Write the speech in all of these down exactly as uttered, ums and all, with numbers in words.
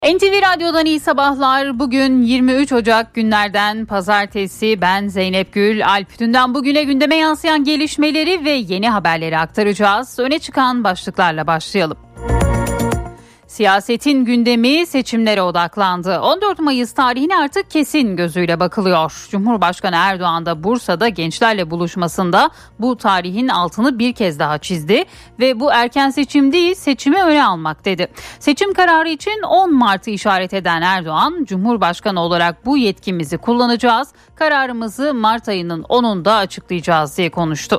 N T V Radyo'dan iyi sabahlar. Bugün yirmi üç Ocak günlerden pazartesi. Ben Zeynep Gül. Alp dünden bugüne gündeme yansıyan gelişmeleri ve yeni haberleri aktaracağız. Öne çıkan başlıklarla başlayalım. Siyasetin gündemi seçimlere odaklandı. on dört Mayıs tarihine artık kesin gözüyle bakılıyor. Cumhurbaşkanı Erdoğan da Bursa'da gençlerle buluşmasında bu tarihin altını bir kez daha çizdi ve bu erken seçim değil, seçimi öne almak dedi. Seçim kararı için on Mart'ı işaret eden Erdoğan, Cumhurbaşkanı olarak bu yetkimizi kullanacağız, kararımızı Mart ayının onunda açıklayacağız diye konuştu.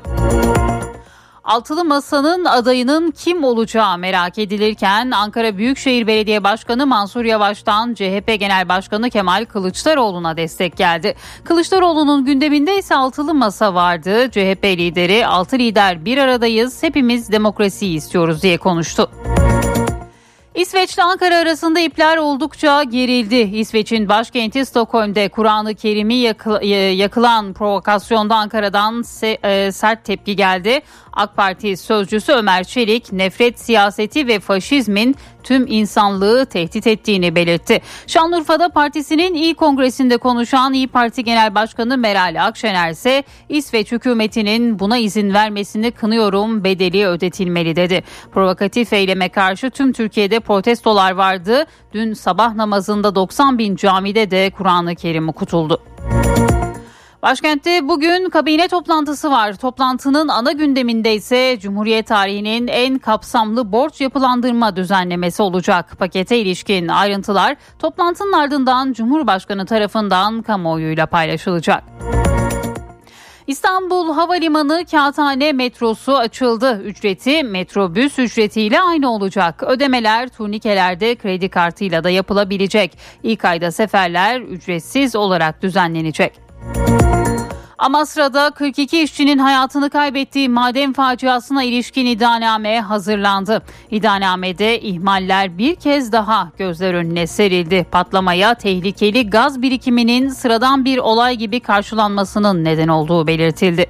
Altılı Masa'nın adayının kim olacağı merak edilirken Ankara Büyükşehir Belediye Başkanı Mansur Yavaş'tan C H P Genel Başkanı Kemal Kılıçdaroğlu'na destek geldi. Kılıçdaroğlu'nun gündeminde ise Altılı Masa vardı. C H P lideri "Altı lider bir aradayız, hepimiz demokrasiyi istiyoruz" diye konuştu. İsveç'le Ankara arasında ipler oldukça gerildi. İsveç'in başkenti Stockholm'de Kur'an-ı Kerim'i yakı- yakılan provokasyonda Ankara'dan se- e, sert tepki geldi. AK Parti sözcüsü Ömer Çelik, nefret siyaseti ve faşizmin tüm insanlığı tehdit ettiğini belirtti. Şanlıurfa'da partisinin İl Kongresi'nde konuşan İYİ Parti Genel Başkanı Meral Akşener ise İsveç hükümetinin buna izin vermesini kınıyorum, bedeli ödetilmeli dedi. Provokatif eyleme karşı tüm Türkiye'de protestolar vardı. Dün sabah namazında doksan bin camide de Kur'an-ı Kerim okutuldu. Başkentte bugün kabine toplantısı var. Toplantının ana gündeminde ise Cumhuriyet tarihinin en kapsamlı borç yapılandırma düzenlemesi olacak. Pakete ilişkin ayrıntılar toplantının ardından Cumhurbaşkanı tarafından kamuoyuyla paylaşılacak. İstanbul Havalimanı Kağıthane metrosu açıldı. Ücreti metrobüs ücretiyle aynı olacak. Ödemeler turnikelerde kredi kartıyla da yapılabilecek. İlk ayda seferler ücretsiz olarak düzenlenecek. Amasra'da kırk iki işçinin hayatını kaybettiği maden faciasına ilişkin iddianame hazırlandı. İddianamede ihmaller bir kez daha gözler önüne serildi. Patlamaya tehlikeli gaz birikiminin sıradan bir olay gibi karşılanmasının neden olduğu belirtildi.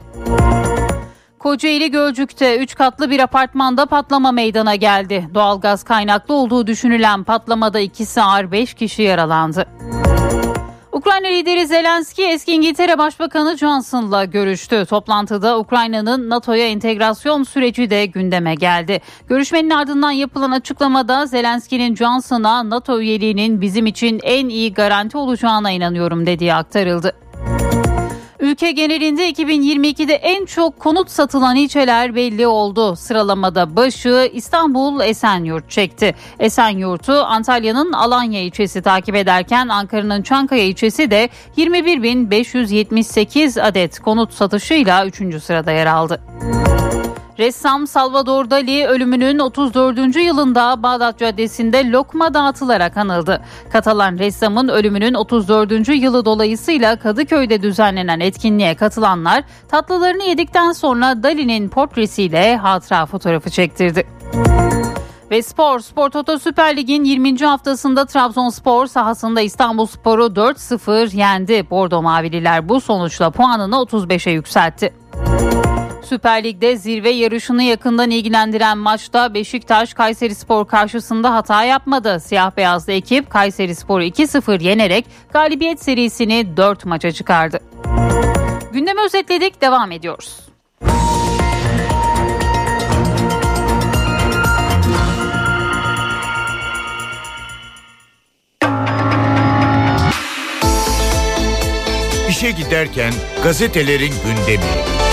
Kocaeli Gölcük'te üç katlı bir apartmanda patlama meydana geldi. Doğalgaz kaynaklı olduğu düşünülen patlamada ikisi ağır, beş kişi yaralandı. Ukrayna lideri Zelenski eski İngiltere Başbakanı Johnson'la görüştü. Toplantıda Ukrayna'nın NATO'ya entegrasyon süreci de gündeme geldi. Görüşmenin ardından yapılan açıklamada Zelenski'nin Johnson'a NATO üyeliğinin bizim için en iyi garanti olacağına inanıyorum dediği aktarıldı. Ülke genelinde iki bin yirmi ikide en çok konut satılan ilçeler belli oldu. Sıralamada başı İstanbul Esenyurt çekti. Esenyurt'u Antalya'nın Alanya ilçesi takip ederken Ankara'nın Çankaya ilçesi de yirmi bir bin beş yüz yetmiş sekiz adet konut satışıyla üçüncü sırada yer aldı. Ressam Salvador Dali ölümünün otuz dördüncü yılında Bağdat Caddesi'nde lokma dağıtılarak anıldı. Katalan ressamın ölümünün otuz dördüncü yılı dolayısıyla Kadıköy'de düzenlenen etkinliğe katılanlar tatlılarını yedikten sonra Dali'nin portresiyle hatıra fotoğrafı çektirdi. Ve spor, Spor Toto Süper Lig'in yirminci haftasında Trabzonspor sahasında İstanbulspor'u dört sıfır yendi. Bordo Mavililer bu sonuçla puanını otuz beşe yükseltti. Süper Lig'de zirve yarışını yakından ilgilendiren maçta Beşiktaş Kayserispor karşısında hata yapmadı. Siyah beyazlı ekip Kayserispor'u iki sıfır yenerek galibiyet serisini dört maça çıkardı. Gündemi özetledik, devam ediyoruz. İşe giderken gazetelerin gündemi.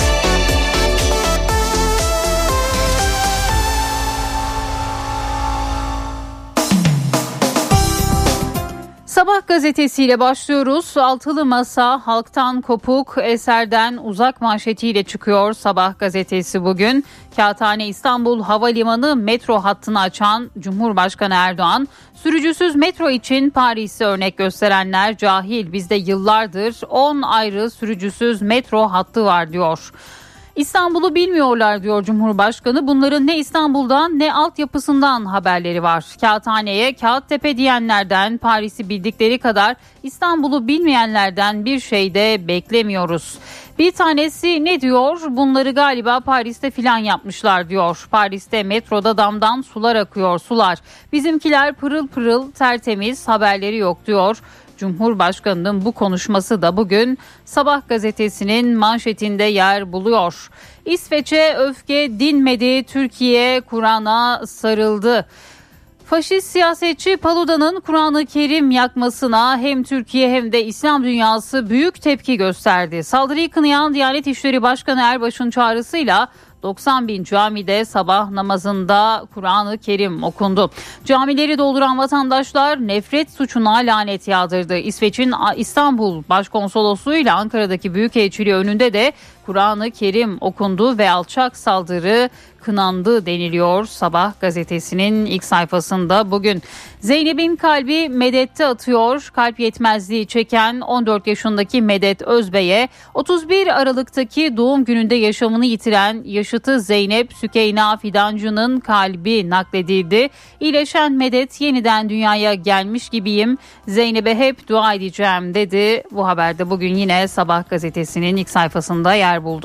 Sabah gazetesiyle başlıyoruz. Altılı Masa halktan kopuk, eserden uzak manşetiyle çıkıyor Sabah gazetesi bugün. Kağıthane İstanbul Havalimanı metro hattını açan Cumhurbaşkanı Erdoğan, sürücüsüz metro için Paris'i örnek gösterenler cahil, bizde yıllardır on ayrı sürücüsüz metro hattı var diyor. İstanbul'u bilmiyorlar diyor Cumhurbaşkanı. Bunların ne İstanbul'dan ne altyapısından haberleri var. Kağıthane'ye Kağıttepe diyenlerden, Paris'i bildikleri kadar İstanbul'u bilmeyenlerden bir şey de beklemiyoruz. Bir tanesi ne diyor? Bunları galiba Paris'te filan yapmışlar diyor. Paris'te metroda damdan sular akıyor, sular. Bizimkiler pırıl pırıl tertemiz, haberleri yok diyor. Cumhurbaşkanının bu konuşması da bugün Sabah gazetesinin manşetinde yer buluyor. İsveç'e öfke dinmedi, Türkiye Kur'an'a sarıldı. Faşist siyasetçi Paluda'nın Kur'an-ı Kerim yakmasına hem Türkiye hem de İslam dünyası büyük tepki gösterdi. Saldırıyı kınayan Diyanet İşleri Başkanı Erbaş'ın çağrısıyla doksan bin camide sabah namazında Kur'an-ı Kerim okundu. Camileri dolduran vatandaşlar nefret suçuna lanet yağdırdı. İsveç'in İstanbul Başkonsolosluğu ile Ankara'daki Büyükelçiliği önünde de Kur'an-ı Kerim okundu ve alçak saldırı kınandı deniliyor Sabah gazetesinin ilk sayfasında bugün. Zeynep'in kalbi Medet'te atıyor. Kalp yetmezliği çeken on dört yaşındaki Medet Özbey'e otuz bir Aralık'taki doğum gününde yaşamını yitiren yaşıtı Zeynep Sükeyna Fidancı'nın kalbi nakledildi. İyileşen Medet yeniden dünyaya gelmiş gibiyim. Zeynep'e hep dua edeceğim dedi. Bu haberde bugün yine Sabah gazetesinin ilk sayfasında yer buldu.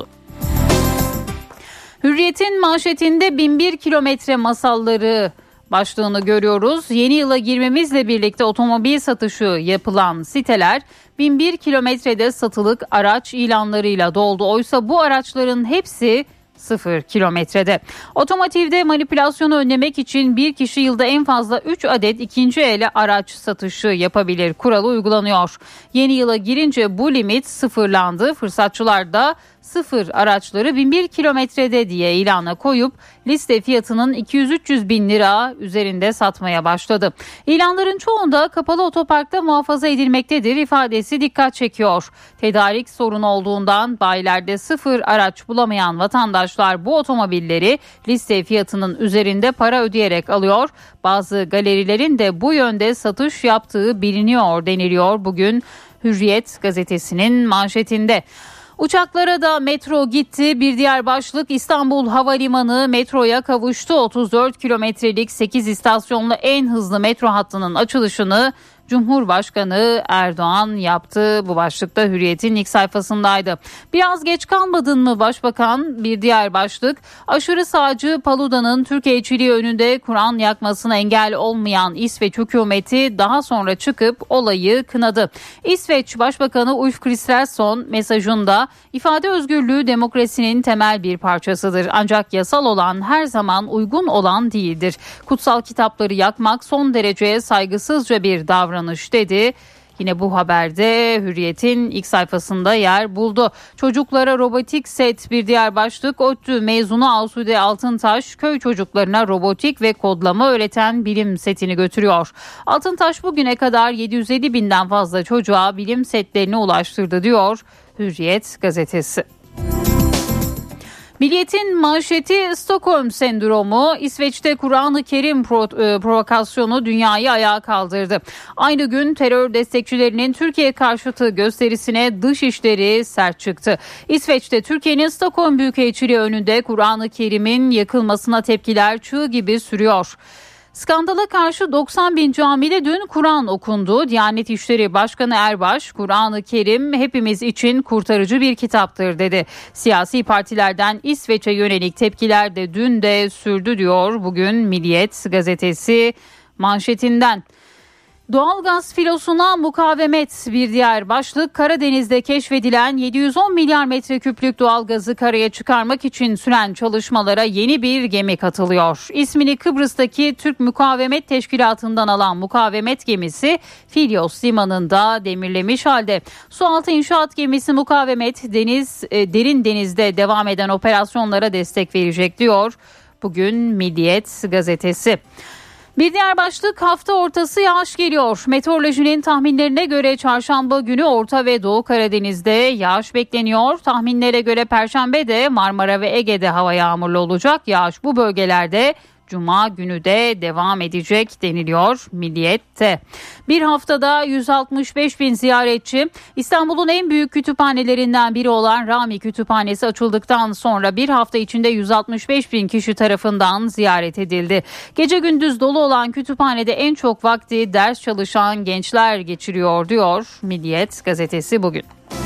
Hürriyet'in manşetinde bin bir kilometre masalları başlığını görüyoruz. Yeni yıla girmemizle birlikte otomobil satışı yapılan siteler bin bir kilometrede satılık araç ilanlarıyla doldu. Oysa bu araçların hepsi sıfır kilometrede. Otomotivde manipülasyonu önlemek için bir kişi yılda en fazla üç adet ikinci el araç satışı yapabilir kuralı uygulanıyor. Yeni yıla girince bu limit sıfırlandı. Fırsatçılar da sıfır araçları bin bir kilometrede diye ilana koyup liste fiyatının iki yüz üç yüz bin lira üzerinde satmaya başladı. İlanların çoğunda kapalı otoparkta muhafaza edilmektedir ifadesi dikkat çekiyor. Tedarik sorunu olduğundan bayilerde sıfır araç bulamayan vatandaşlar bu otomobilleri liste fiyatının üzerinde para ödeyerek alıyor. Bazı galerilerin de bu yönde satış yaptığı biliniyor deniliyor bugün Hürriyet gazetesinin manşetinde. Uçaklara da metro gitti. Bir diğer başlık İstanbul Havalimanı metroya kavuştu. otuz dört kilometrelik sekiz istasyonlu en hızlı metro hattının açılışını Cumhurbaşkanı Erdoğan yaptı. Bu başlıkta Hürriyet'in ilk sayfasındaydı. Biraz geç kalmadın mı Başbakan? Bir diğer başlık. Aşırı sağcı Paluda'nın Türkiye elçiliği önünde Kur'an yakmasına engel olmayan İsveç hükümeti daha sonra çıkıp olayı kınadı. İsveç Başbakanı Ulf Kristersson mesajında ifade özgürlüğü demokrasinin temel bir parçasıdır. Ancak yasal olan her zaman uygun olan değildir. Kutsal kitapları yakmak son derece saygısızca bir davranış dedi. Yine bu haberde Hürriyet'in ilk sayfasında yer buldu. Çocuklara robotik set bir diğer başlık. ODTÜ mezunu Asude Altıntaş köy çocuklarına robotik ve kodlama öğreten bilim setini götürüyor. Altıntaş bugüne kadar yedi yüz elli binden fazla çocuğa bilim setlerini ulaştırdı diyor Hürriyet gazetesi. Milliyet'in manşeti Stockholm sendromu. İsveç'te Kur'an-ı Kerim pro- provokasyonu dünyayı ayağa kaldırdı. Aynı gün terör destekçilerinin Türkiye karşıtı gösterisine Dışişleri sert çıktı. İsveç'te Türkiye'nin Stockholm Büyükelçiliği önünde Kur'an-ı Kerim'in yakılmasına tepkiler çığ gibi sürüyor. Skandala karşı doksan bin camide dün Kur'an okundu. Diyanet İşleri Başkanı Erbaş, Kur'an-ı Kerim hepimiz için kurtarıcı bir kitaptır dedi. Siyasi partilerden İsveç'e yönelik tepkiler de dün de sürdü diyor bugün Milliyet gazetesi manşetinden. Doğalgaz filosuna mukavemet bir diğer başlık. Karadeniz'de keşfedilen yedi yüz on milyar metreküplük doğalgazı karaya çıkarmak için süren çalışmalara yeni bir gemi katılıyor. İsmini Kıbrıs'taki Türk Mukavemet Teşkilatı'ndan alan mukavemet gemisi Filyos limanında demirlemiş halde. Sualtı inşaat gemisi Mukavemet deniz e, derin denizde devam eden operasyonlara destek verecek diyor bugün Milliyet gazetesi. Bir diğer başlık hafta ortası yağış geliyor. Meteorolojinin tahminlerine göre çarşamba günü Orta ve Doğu Karadeniz'de yağış bekleniyor. Tahminlere göre Perşembe de Marmara ve Ege'de hava yağmurlu olacak. Yağış bu bölgelerde Cuma günü de devam edecek deniliyor Milliyet'te. Bir haftada yüz altmış beş bin ziyaretçi İstanbul'un en büyük kütüphanelerinden biri olan Rami Kütüphanesi açıldıktan sonra bir hafta içinde yüz altmış beş bin kişi tarafından ziyaret edildi. Gece gündüz dolu olan kütüphanede en çok vakti ders çalışan gençler geçiriyor diyor Milliyet gazetesi bugün.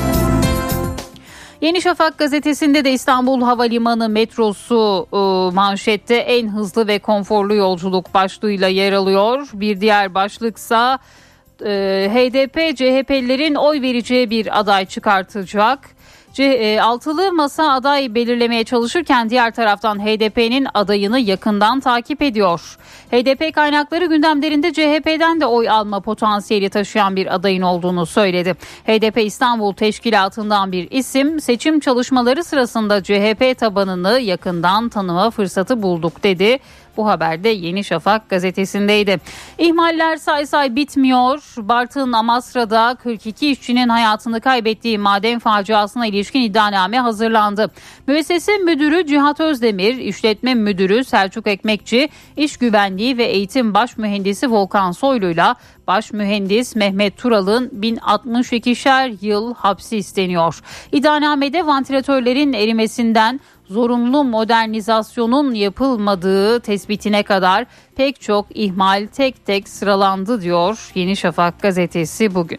Yeni Şafak gazetesinde de İstanbul Havalimanı metrosu e, manşette en hızlı ve konforlu yolculuk başlığıyla yer alıyor. Bir diğer başlıksa e, H D P C H P'lilerin oy vereceği bir aday çıkartacak. C, altılı masa aday belirlemeye çalışırken diğer taraftan H D P'nin adayını yakından takip ediyor. H D P kaynakları gündemlerinde C H P'den de oy alma potansiyeli taşıyan bir adayın olduğunu söyledi. H D P İstanbul Teşkilatı'ndan bir isim seçim çalışmaları sırasında C H P tabanını yakından tanıma fırsatı bulduk dedi. Bu haber de Yeni Şafak gazetesindeydi. İhmaller say say bitmiyor. Bartın Amasra'da kırk iki işçinin hayatını kaybettiği maden faciasına ilişkin iddianame hazırlandı. Müessese müdürü Cihat Özdemir, işletme müdürü Selçuk Ekmekçi, iş güvenliği ve eğitim baş mühendisi Volkan Soylu'yla baş mühendis Mehmet Tural'ın bin altmış ikişer yıl hapsi isteniyor. İddianamede vantilatörlerin erimesinden zorunlu modernizasyonun yapılmadığı tespitine kadar pek çok ihmal tek tek sıralandı diyor Yeni Şafak gazetesi bugün.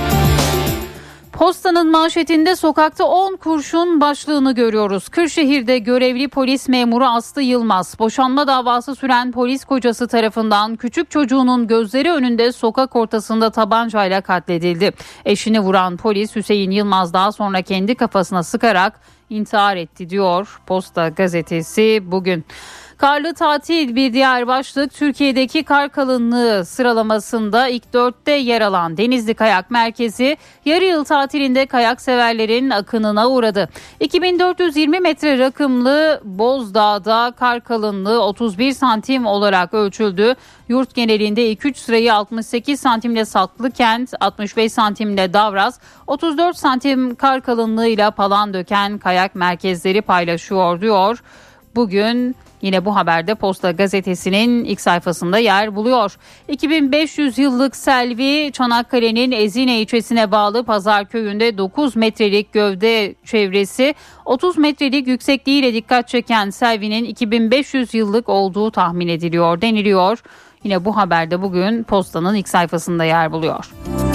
Postanın manşetinde sokakta on kurşun başlığını görüyoruz. Kırşehir'de görevli polis memuru Aslı Yılmaz, boşanma davası süren polis kocası tarafından küçük çocuğunun gözleri önünde sokak ortasında tabancayla katledildi. Eşini vuran polis Hüseyin Yılmaz daha sonra kendi kafasına sıkarak intihar etti diyor Posta gazetesi bugün. Karlı tatil bir diğer başlık. Türkiye'deki kar kalınlığı sıralamasında ilk dörtte yer alan Denizli Kayak Merkezi yarı yıl tatilinde kayak severlerin akınına uğradı. iki bin dört yüz yirmi metre rakımlı Bozdağ'da kar kalınlığı otuz bir santim olarak ölçüldü. Yurt genelinde ilk üç sırayı altmış sekiz santimle Saklıkent, altmış beş santimle Davraz, otuz dört santim kar kalınlığıyla Palandöken kayak merkezleri paylaşıyor diyor. Bugün yine bu haberde Posta gazetesinin ilk sayfasında yer buluyor. iki bin beş yüz yıllık selvi Çanakkale'nin Ezine ilçesine bağlı Pazarköy'ünde dokuz metrelik gövde çevresi otuz metrelik yüksekliğiyle dikkat çeken selvinin iki bin beş yüz yıllık olduğu tahmin ediliyor deniliyor. Yine bu haberde bugün Posta'nın ilk sayfasında yer buluyor.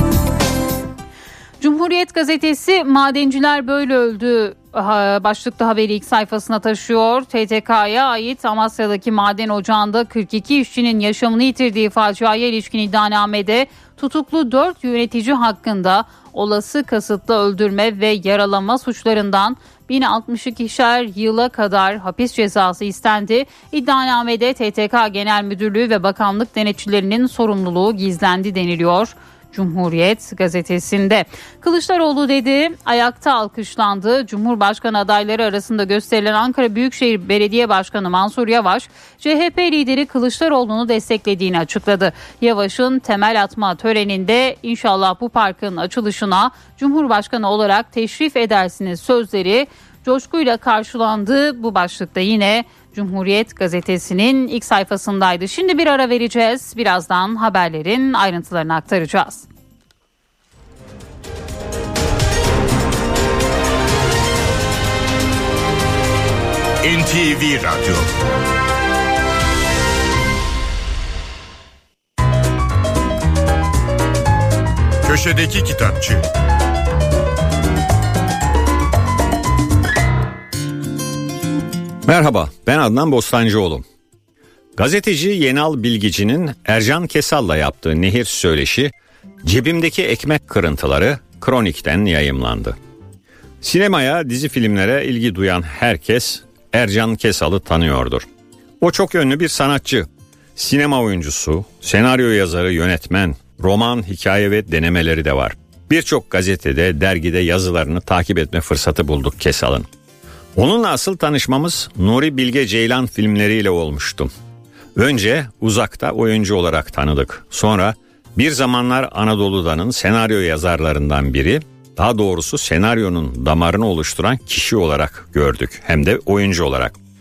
Cumhuriyet gazetesi madenciler böyle öldü başlıklı haberi ilk sayfasına taşıyor. T T K'ya ait Amasya'daki maden ocağında kırk iki işçinin yaşamını yitirdiği faciaya ilişkin iddianamede tutuklu dört yönetici hakkında olası kasıtlı öldürme ve yaralama suçlarından bin altmış ikişer yıla kadar hapis cezası istendi. İddianamede T T K Genel Müdürlüğü ve bakanlık denetçilerinin sorumluluğu gizlendi deniliyor Cumhuriyet gazetesinde. Kılıçdaroğlu dedi, ayakta alkışlandı. Cumhurbaşkanı adayları arasında gösterilen Ankara Büyükşehir Belediye Başkanı Mansur Yavaş, C H P lideri Kılıçdaroğlu'nu desteklediğini açıkladı. Yavaş'ın temel atma töreninde inşallah bu parkın açılışına Cumhurbaşkanı olarak teşrif edersiniz sözleri coşkuyla karşılandı. Bu başlıkta yine Cumhuriyet gazetesinin ilk sayfasındaydı. Şimdi bir ara vereceğiz. Birazdan haberlerin ayrıntılarını aktaracağız. N T V Radyo. Köşedeki Kitapçı. Merhaba, ben Adnan Bostancıoğlu. Gazeteci Yenal Bilgici'nin Ercan Kesal'la yaptığı Nehir Söyleşi, Cebimdeki Ekmek Kırıntıları Kronik'ten yayımlandı. Sinemaya, dizi filmlere ilgi duyan herkes Ercan Kesal'ı tanıyordur. O çok yönlü bir sanatçı, sinema oyuncusu, senaryo yazarı, yönetmen, roman, hikaye ve denemeleri de var. Birçok gazetede, dergide yazılarını takip etme fırsatı bulduk Kesal'ın. Onunla asıl tanışmamız Nuri Bilge Ceylan filmleriyle olmuştu. Önce Uzak'ta oyuncu olarak tanıdık. Sonra Bir Zamanlar Anadolu'danın senaryo yazarlarından biri, daha doğrusu senaryonun damarını oluşturan kişi olarak gördük. Hem de oyuncu olarak.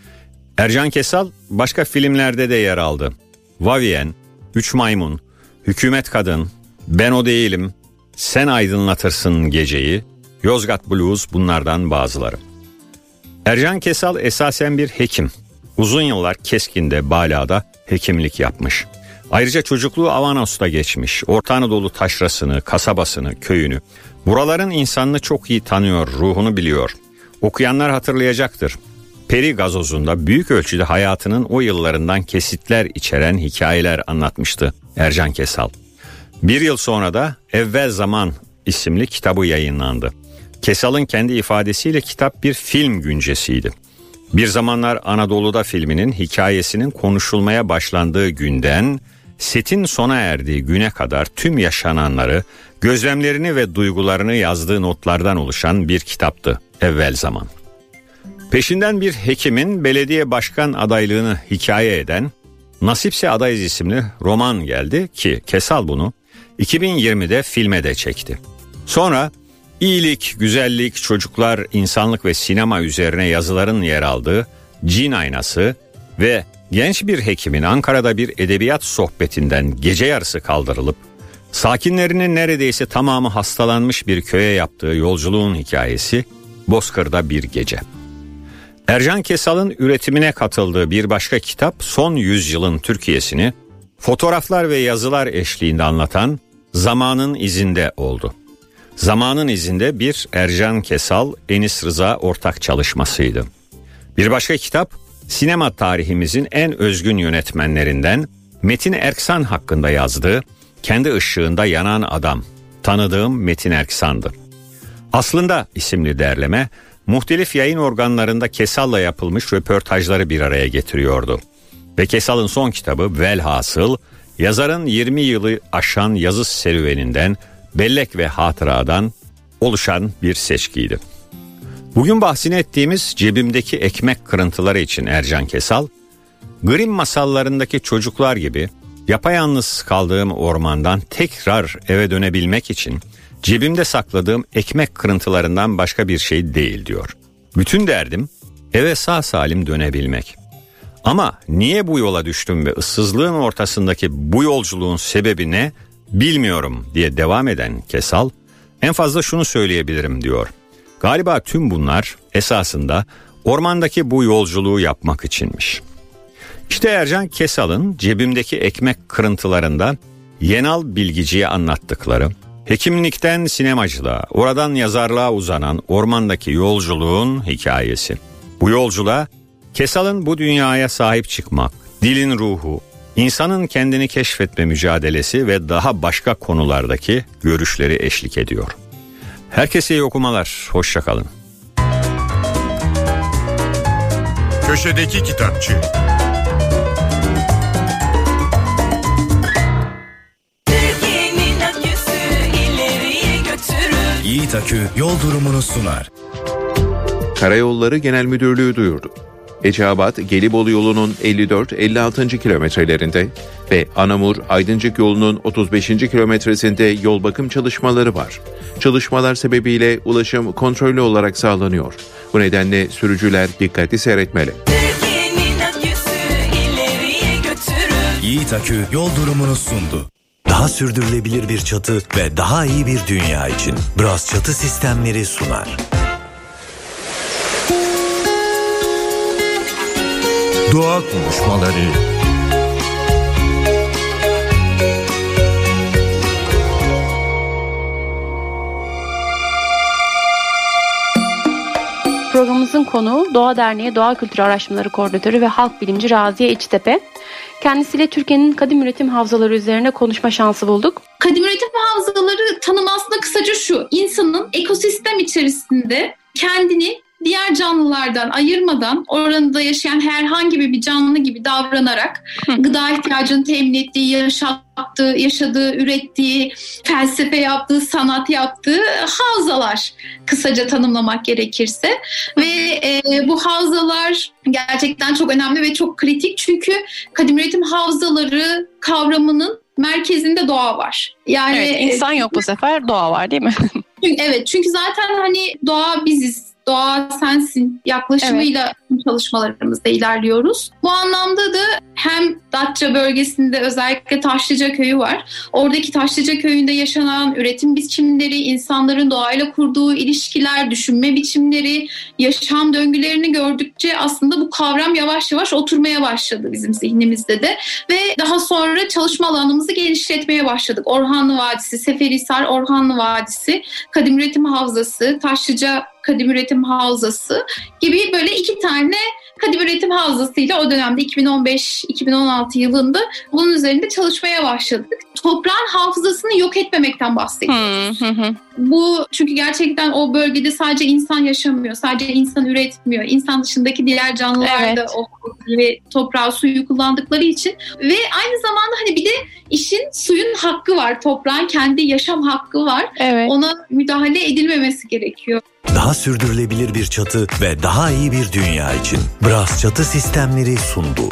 Ercan Kesal başka filmlerde de yer aldı. Vavien, Üç Maymun, Hükümet Kadın, Ben O Değilim, Sen Aydınlatırsın Geceyi, Yozgat Blues bunlardan bazıları. Ercan Kesal esasen bir hekim. Uzun yıllar Keskin'de, Bala'da hekimlik yapmış. Ayrıca çocukluğu Avanos'ta geçmiş. Orta Anadolu taşrasını, kasabasını, köyünü. Buraların insanını çok iyi tanıyor, ruhunu biliyor. Okuyanlar hatırlayacaktır. Peri Gazoz'unda büyük ölçüde hayatının o yıllarından kesitler içeren hikayeler anlatmıştı Ercan Kesal. Bir yıl sonra da Evvel Zaman isimli kitabı yayınlandı. Kesal'ın kendi ifadesiyle kitap bir film güncesiydi. Bir Zamanlar Anadolu'da filminin hikayesinin konuşulmaya başlandığı günden setin sona erdiği güne kadar tüm yaşananları, gözlemlerini ve duygularını yazdığı notlardan oluşan bir kitaptı Evvel Zaman. Peşinden bir hekimin belediye başkan adaylığını hikaye eden Nasipse Adayız isimli roman geldi ki Kesal bunu iki bin yirmide filme de çekti. Sonra İyilik, Güzellik, Çocuklar, İnsanlık ve Sinema üzerine yazıların yer aldığı Cin Aynası ve genç bir hekimin Ankara'da bir edebiyat sohbetinden gece yarısı kaldırılıp sakinlerinin neredeyse tamamı hastalanmış bir köye yaptığı yolculuğun hikayesi Bozkır'da Bir Gece. Ercan Kesal'ın üretimine katıldığı bir başka kitap son yüzyılın Türkiye'sini fotoğraflar ve yazılar eşliğinde anlatan Zamanın İzinde oldu. Zamanın İzinde bir Ercan Kesal, Enis Rıza ortak çalışmasıydı. Bir başka kitap sinema tarihimizin en özgün yönetmenlerinden Metin Erksan hakkında yazdığı Kendi Işığında Yanan Adam, tanıdığım Metin Erksan'dı. Aslında isimli derleme muhtelif yayın organlarında Kesal'la yapılmış röportajları bir araya getiriyordu. Ve Kesal'ın son kitabı velhasıl yazarın yirmi yılı aşan yazı serüveninden, bellek ve hatıradan oluşan bir seçkiydi. Bugün bahsini ettiğimiz Cebimdeki Ekmek Kırıntıları için Ercan Kesal, Grimm masallarındaki çocuklar gibi yapayalnız kaldığım ormandan tekrar eve dönebilmek için cebimde sakladığım ekmek kırıntılarından başka bir şey değil diyor. Bütün derdim eve sağ salim dönebilmek. Ama niye bu yola düştüm ve ıssızlığın ortasındaki bu yolculuğun sebebi ne bilmiyorum diye devam eden Kesal, en fazla şunu söyleyebilirim diyor. Galiba tüm bunlar esasında ormandaki bu yolculuğu yapmak içinmiş. İşte Ercan Kesal'ın Cebimdeki Ekmek Kırıntılarında Yenal Bilgici'ye anlattıkları, hekimlikten sinemacılığa, oradan yazarlığa uzanan ormandaki yolculuğun hikayesi. Bu yolculuğa Kesal'ın bu dünyaya sahip çıkmak, dilin ruhu, insanın kendini keşfetme mücadelesi ve daha başka konulardaki görüşleri eşlik ediyor. Herkese iyi okumalar, hoşça kalın. Köşedeki Kitapçı. Yiğit Akü yol durumunu sunar. Karayolları Genel Müdürlüğü duyurdu. Eceabat Gelibolu yolunun elli dört elli altıncı kilometrelerinde ve Anamur Aydıncık yolunun otuz beşinci kilometresinde yol bakım çalışmaları var. Çalışmalar sebebiyle ulaşım kontrollü olarak sağlanıyor. Bu nedenle sürücüler dikkatli seyretmeli. Yiğit Akü yol durumunu sundu. Daha sürdürülebilir bir çatı ve daha iyi bir dünya için Bras Çatı Sistemleri sunar. Doğa konuşmaları. Programımızın konuğu Doğa Derneği Doğa Kültürü Araştırmaları Koordinatörü ve Halk Bilimci Raziye İçtepe. Kendisiyle Türkiye'nin kadim üretim havzaları üzerine konuşma şansı bulduk. Kadim üretim havzaları tanımı aslında kısaca şu: insanın ekosistem içerisinde kendini diğer canlılardan ayırmadan orada yaşayan herhangi bir canlı gibi davranarak Hı. gıda ihtiyacını temin ettiği, yaşattığı, yaşadığı, ürettiği, felsefe yaptığı, sanat yaptığı havzalar kısaca tanımlamak gerekirse. Ve e, bu havzalar gerçekten çok önemli ve çok kritik, çünkü kadim üretim havzaları kavramının merkezinde doğa var. Yani evet, insan yok bu sefer, doğa var değil mi? Evet, çünkü zaten hani doğa biziz. doğa sensin yaklaşımıyla evet. çalışmalarımızda ilerliyoruz. Bu anlamda da hem Datça bölgesinde özellikle Taşlıca Köyü var. Oradaki Taşlıca Köyü'nde yaşanan üretim biçimleri, insanların doğayla kurduğu ilişkiler, düşünme biçimleri, yaşam döngülerini gördükçe aslında bu kavram yavaş yavaş oturmaya başladı bizim zihnimizde de. Ve daha sonra çalışma alanımızı genişletmeye başladık. Orhanlı Vadisi, Seferihisar Orhanlı Vadisi, Kadim Üretim Havzası, Taşlıca Kadim Üretim Havzası gibi böyle iki tane Kadim Üretim Havzası'yla o dönemde iki bin on beş iki bin on altı yılında bunun üzerinde çalışmaya başladık. Toprağın hafızasını yok etmemekten bahsediyoruz. Hı hı. Bu çünkü gerçekten o bölgede sadece insan yaşamıyor, sadece insan üretmiyor. İnsan dışındaki diğer canlılar evet. da o ve toprağı, suyu kullandıkları için ve aynı zamanda hani bir de işin suyun hakkı var, toprağın kendi yaşam hakkı var. Evet. Ona müdahale edilmemesi gerekiyor. Daha sürdürülebilir bir çatı ve daha iyi bir dünya için Bras Çatı Sistemleri sundu.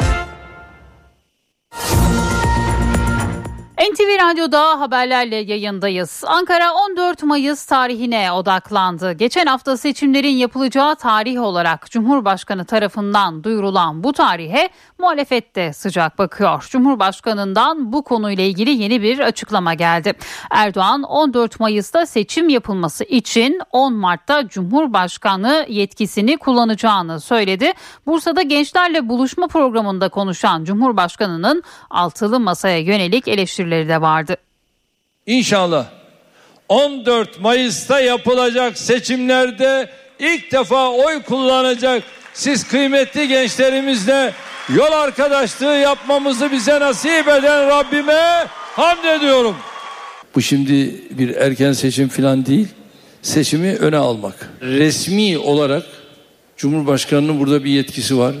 N T V Radyo'da haberlerle yayındayız. Ankara on dört Mayıs tarihine odaklandı. Geçen hafta seçimlerin yapılacağı tarih olarak Cumhurbaşkanı tarafından duyurulan bu tarihe muhalefet de sıcak bakıyor. Cumhurbaşkanından bu konuyla ilgili yeni bir açıklama geldi. Erdoğan on dört Mayıs'ta seçim yapılması için on Mart'ta Cumhurbaşkanı yetkisini kullanacağını söyledi. Bursa'da gençlerle buluşma programında konuşan Cumhurbaşkanı'nın altılı masaya yönelik eleştirileri de vardı. İnşallah on dört Mayıs'ta yapılacak seçimlerde ilk defa oy kullanacak siz kıymetli gençlerimizle yol arkadaşlığı yapmamızı bize nasip eden Rabbime hamd ediyorum. Bu şimdi bir erken seçim falan değil, seçimi öne almak. Resmi olarak Cumhurbaşkanı'nın burada bir yetkisi var.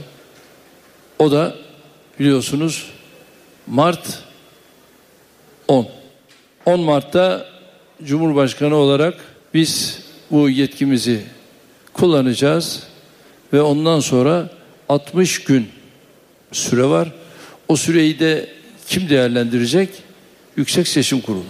O da biliyorsunuz Mart on. on Mart'ta Cumhurbaşkanı olarak biz bu yetkimizi kullanacağız ve ondan sonra altmış gün süre var. O süreyi de kim değerlendirecek? Yüksek Seçim Kurulu.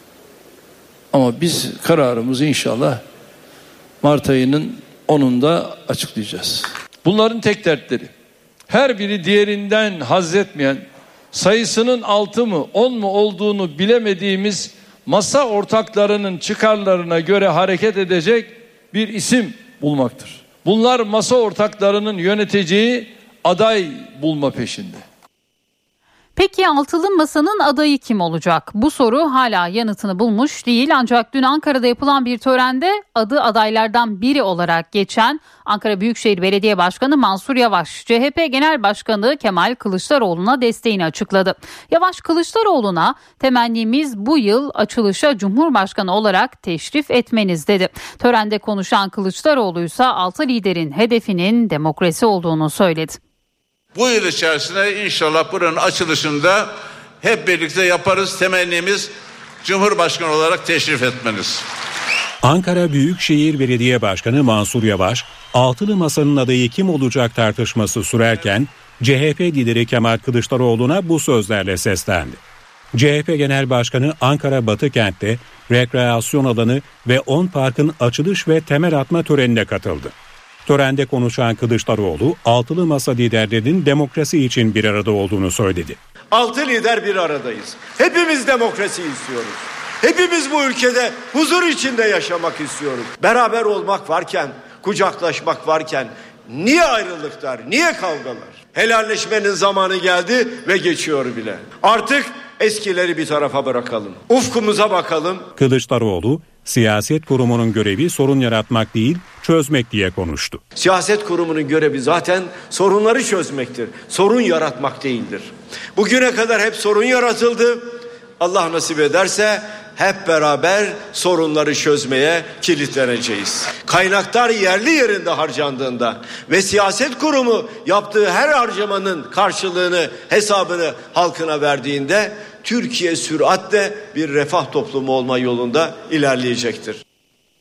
Ama biz kararımızı inşallah Mart ayının onunda açıklayacağız. Bunların tek dertleri, her biri diğerinden haz etmeyen, sayısının altı mı on mu olduğunu bilemediğimiz masa ortaklarının çıkarlarına göre hareket edecek bir isim bulmaktır. Bunlar masa ortaklarının yöneteceği aday bulma peşinde. Peki altılı masanın adayı kim olacak? Bu soru hala yanıtını bulmuş değil, ancak dün Ankara'da yapılan bir törende adı adaylardan biri olarak geçen Ankara Büyükşehir Belediye Başkanı Mansur Yavaş, C H P Genel Başkanı Kemal Kılıçdaroğlu'na desteğini açıkladı. Yavaş, Kılıçdaroğlu'na temennimiz bu yıl açılışa Cumhurbaşkanı olarak teşrif etmeniz dedi. Törende konuşan Kılıçdaroğlu ise altı liderin hedefinin demokrasi olduğunu söyledi. Bu yıl içerisinde inşallah buranın açılışında hep birlikte yaparız. Temennimiz Cumhurbaşkanı olarak teşrif etmeniz. Ankara Büyükşehir Belediye Başkanı Mansur Yavaş, altılı masanın adayı kim olacak tartışması sürerken C H P lideri Kemal Kılıçdaroğlu'na bu sözlerle seslendi. C H P Genel Başkanı Ankara Batıkent'te rekreasyon alanı ve on parkın açılış ve temel atma törenine katıldı. Törende konuşan Kılıçdaroğlu, altılı masa liderlerinin demokrasi için bir arada olduğunu söyledi. Altı lider bir aradayız. Hepimiz demokrasi istiyoruz. Hepimiz bu ülkede huzur içinde yaşamak istiyoruz. Beraber olmak varken, kucaklaşmak varken niye ayrılıklar, niye kavgalar? Helalleşmenin zamanı geldi ve geçiyor bile. Artık eskileri bir tarafa bırakalım. Ufkumuza bakalım. Kılıçdaroğlu, siyaset kurumunun görevi sorun yaratmak değil, çözmek diye konuştu. Siyaset kurumunun görevi zaten sorunları çözmektir. Sorun yaratmak değildir. Bugüne kadar hep sorun yaratıldı. Allah nasip ederse hep beraber sorunları çözmeye kilitleneceğiz. Kaynaklar yerli yerinde harcandığında ve siyaset kurumu yaptığı her harcamanın karşılığını, hesabını halkına verdiğinde Türkiye süratle bir refah toplumu olma yolunda ilerleyecektir.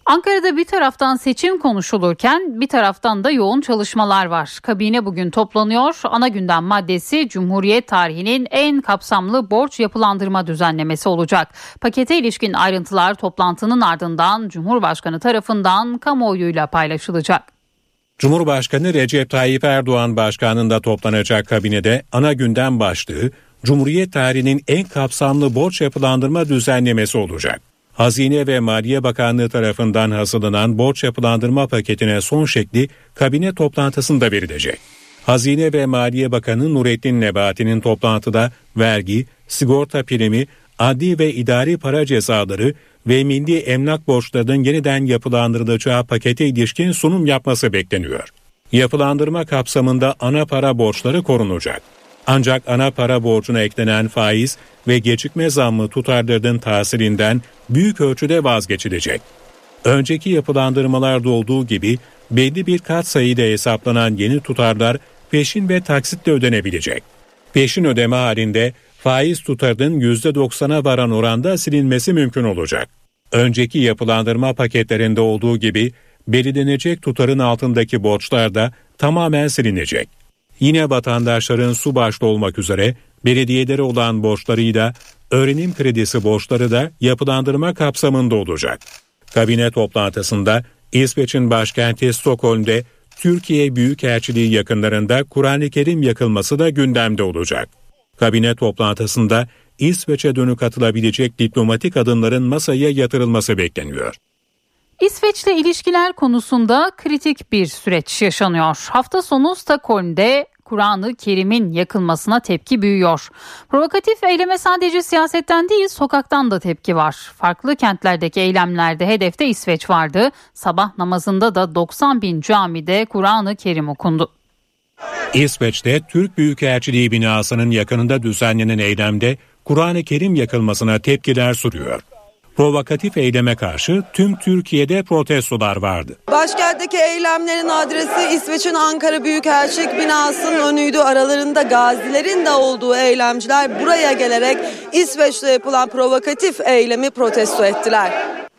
Ankara'da bir taraftan seçim konuşulurken bir taraftan da yoğun çalışmalar var. Kabine bugün toplanıyor. Ana gündem maddesi Cumhuriyet tarihinin en kapsamlı borç yapılandırma düzenlemesi olacak. Pakete ilişkin ayrıntılar toplantının ardından Cumhurbaşkanı tarafından kamuoyuyla paylaşılacak. Cumhurbaşkanı Recep Tayyip Erdoğan başkanlığında toplanacak kabinede ana gündem başlığı Cumhuriyet tarihinin en kapsamlı borç yapılandırma düzenlemesi olacak. Hazine ve Maliye Bakanlığı tarafından hazırlanan borç yapılandırma paketine son şekli kabine toplantısında verilecek. Hazine ve Maliye Bakanı Nurettin Nebati'nin toplantıda vergi, sigorta primi, adli ve idari para cezaları ve milli emlak borçlarının yeniden yapılandırılacağı pakete ilişkin sunum yapması bekleniyor. Yapılandırma kapsamında ana para borçları korunacak. Ancak ana para borcuna eklenen faiz ve gecikme zammı tutarlarının tahsilinden büyük ölçüde vazgeçilecek. Önceki yapılandırmalarda olduğu gibi belli bir katsayıda hesaplanan yeni tutarlar peşin ve taksitle ödenebilecek. Peşin ödeme halinde faiz tutarının yüzde doksana varan oranda silinmesi mümkün olacak. Önceki yapılandırma paketlerinde olduğu gibi belirlenecek tutarın altındaki borçlar da tamamen silinecek. Yine vatandaşların su başta olmak üzere belediyelere olan borçlarıyla öğrenim kredisi borçları da yapılandırma kapsamında olacak. Kabine toplantısında İsveç'in başkenti Stockholm'de Türkiye Büyükelçiliği yakınlarında Kur'an-ı Kerim yakılması da gündemde olacak. Kabine toplantısında İsveç'e dönük atılabilecek diplomatik adımların masaya yatırılması bekleniyor. İsveç'le ilişkiler konusunda kritik bir süreç yaşanıyor. Hafta sonu Stockholm'de Kur'an-ı Kerim'in yakılmasına tepki büyüyor. Provokatif eyleme sadece siyasetten değil sokaktan da tepki var. Farklı kentlerdeki eylemlerde hedefte İsveç vardı. Sabah namazında da doksan bin camide Kur'an-ı Kerim okundu. İsveç'te Türk Büyükelçiliği binasının yakınında düzenlenen eylemde Kur'an-ı Kerim yakılmasına tepkiler sürüyor. Provokatif eyleme karşı tüm Türkiye'de protestolar vardı. Başkentteki eylemlerin adresi İsveç'in Ankara Büyükelçilik binasının önüydü. Aralarında gazilerin de olduğu eylemciler buraya gelerek İsveç'te yapılan provokatif eylemi protesto ettiler.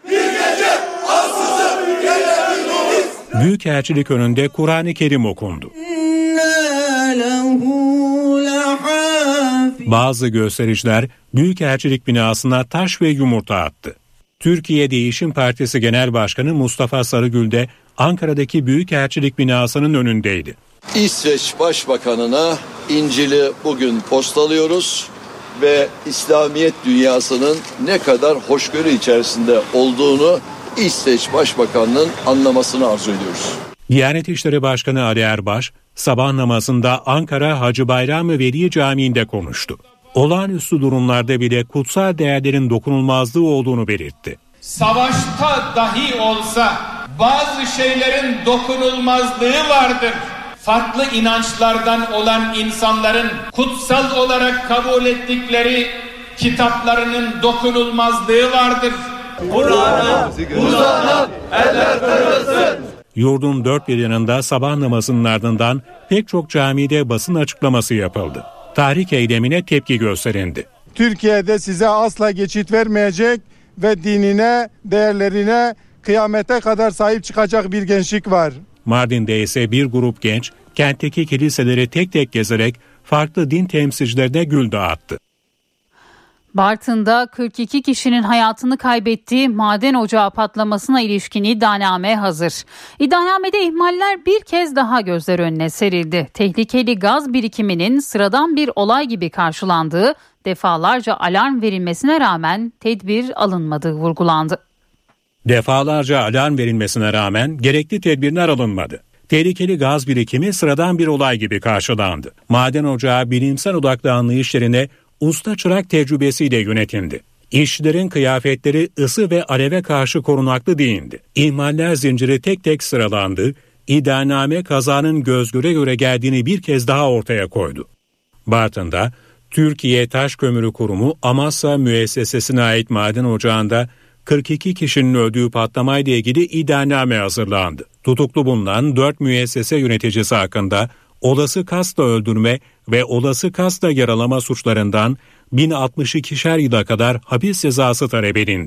Büyükelçilik önünde Kur'an-ı Kerim okundu. Bazı göstericiler Büyükelçilik binasına taş ve yumurta attı. Türkiye Değişim Partisi Genel Başkanı Mustafa Sarıgül de Ankara'daki Büyükelçilik binasının önündeydi. İsveç Başbakanı'na İncil'i bugün postalıyoruz ve İslamiyet dünyasının ne kadar hoşgörü içerisinde olduğunu İsveç Başbakanı'nın anlamasını arzu ediyoruz. Diyanet İşleri Başkanı Ali Erbaş, sabah namazında Ankara Hacı Bayram-ı Veli Camii'nde konuştu. Olağanüstü durumlarda bile kutsal değerlerin dokunulmazlığı olduğunu belirtti. Savaşta dahi olsa bazı şeylerin dokunulmazlığı vardır. Farklı inançlardan olan insanların kutsal olarak kabul ettikleri kitaplarının dokunulmazlığı vardır. Kur'an'a uzanan eller kırılsın. Yurdun dört bir yanında sabah namazının ardından pek çok camide basın açıklaması yapıldı. Tahrik eylemine tepki gösterildi. Türkiye'de size asla geçit vermeyecek ve dinine, değerlerine kıyamete kadar sahip çıkacak bir gençlik var. Mardin'de ise bir grup genç kentteki kiliseleri tek tek gezerek farklı din temsilcilerine gül dağıttı. Bartın'da kırk iki kişinin hayatını kaybettiği maden ocağı patlamasına ilişkin iddianame hazır. İddianamede ihmaller bir kez daha gözler önüne serildi. Tehlikeli gaz birikiminin sıradan bir olay gibi karşılandığı, defalarca alarm verilmesine rağmen tedbir alınmadığı vurgulandı. Defalarca alarm verilmesine rağmen gerekli tedbirler alınmadı. Tehlikeli gaz birikimi sıradan bir olay gibi karşılandı. Maden ocağı bilimsel odaklı anlayış yerine usta çırak tecrübesiyle yönetildi. İşçilerin kıyafetleri ısı ve aleve karşı korunaklı değildi. İhmaller zinciri tek tek sıralandı. İddianame kazanın göz göre göre geldiğini bir kez daha ortaya koydu. Bartın'da Türkiye Taş Kömürü Kurumu Amasya müessesesine ait maden ocağında kırk iki kişinin öldüğü patlamayla ilgili iddianame hazırlandı. Tutuklu bulunan dört müessese yöneticisi hakkında olası kasla öldürme ve olası kasla yaralama suçlarından bin altmış ikişer yıla kadar hapis cezası talep edildi.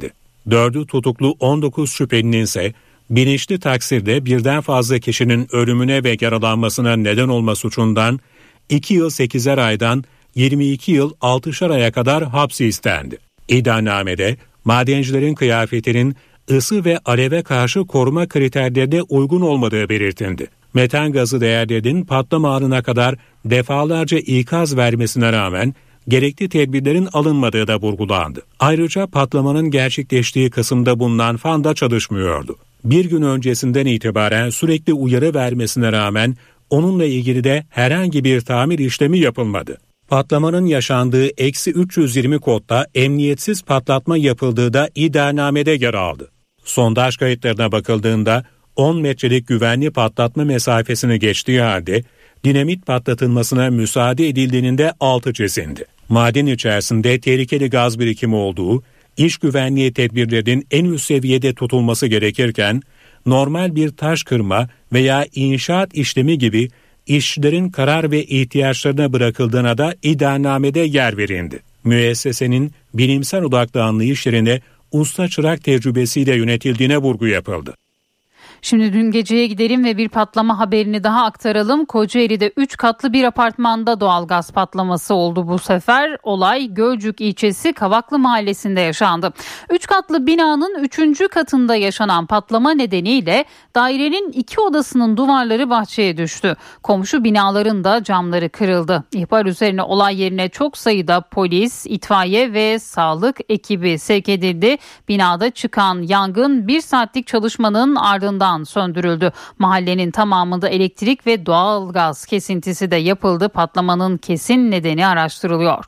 dördü tutuklu on dokuz şüphelinin ise bilinçli taksirde birden fazla kişinin ölümüne ve yaralanmasına neden olma suçundan iki yıl sekizer aydan yirmi iki yıl altışar aya kadar hapsi istendi. İddianamede madencilerin kıyafetinin ısı ve aleve karşı koruma kriterlerine uygun olmadığı belirtildi. Metan gazı değerlerinin patlama anına kadar defalarca ikaz vermesine rağmen gerekli tedbirlerin alınmadığı da vurgulandı. Ayrıca patlamanın gerçekleştiği kısımda bulunan fan da çalışmıyordu. Bir gün öncesinden itibaren sürekli uyarı vermesine rağmen onunla ilgili de herhangi bir tamir işlemi yapılmadı. Patlamanın yaşandığı eksi üç yüz yirmi kodda emniyetsiz patlatma yapıldığı da iddianamede yer aldı. Sondaj kayıtlarına bakıldığında on metrelik güvenli patlatma mesafesini geçtiği halde dinamit patlatılmasına müsaade edildiğinin de altı çizildi. Maden içerisinde tehlikeli gaz birikimi olduğu, iş güvenliği tedbirlerinin en üst seviyede tutulması gerekirken normal bir taş kırma veya inşaat işlemi gibi işçilerin karar ve ihtiyaçlarına bırakıldığına da iddianamede yer verildi. Müessesenin bilimsel odaklı anlayışlarına usta çırak tecrübesiyle yönetildiğine vurgu yapıldı. Şimdi dün geceye gidelim ve bir patlama haberini daha aktaralım. Kocaeli'de üç katlı bir apartmanda doğalgaz patlaması oldu bu sefer. Olay Gölcük ilçesi Kavaklı mahallesinde yaşandı. üç katlı binanın üçüncü katında yaşanan patlama nedeniyle dairenin iki odasının duvarları bahçeye düştü. Komşu binaların da camları kırıldı. İhbar üzerine olay yerine çok sayıda polis, itfaiye ve sağlık ekibi sevk edildi. Binada çıkan yangın bir saatlik çalışmanın ardından söndürüldü. Mahallenin tamamında elektrik ve doğalgaz kesintisi de yapıldı. Patlamanın kesin nedeni araştırılıyor.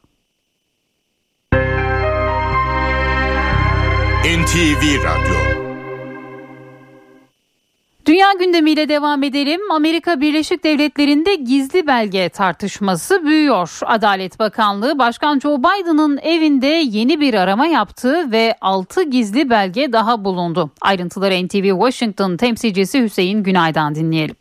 N T V Radyo. Dünya gündemiyle devam edelim. Amerika Birleşik Devletleri'nde gizli belge tartışması büyüyor. Adalet Bakanlığı Başkan Joe Biden'ın evinde yeni bir arama yaptı ve altı gizli belge daha bulundu. Ayrıntıları N T V Washington temsilcisi Hüseyin Günay'dan dinleyelim.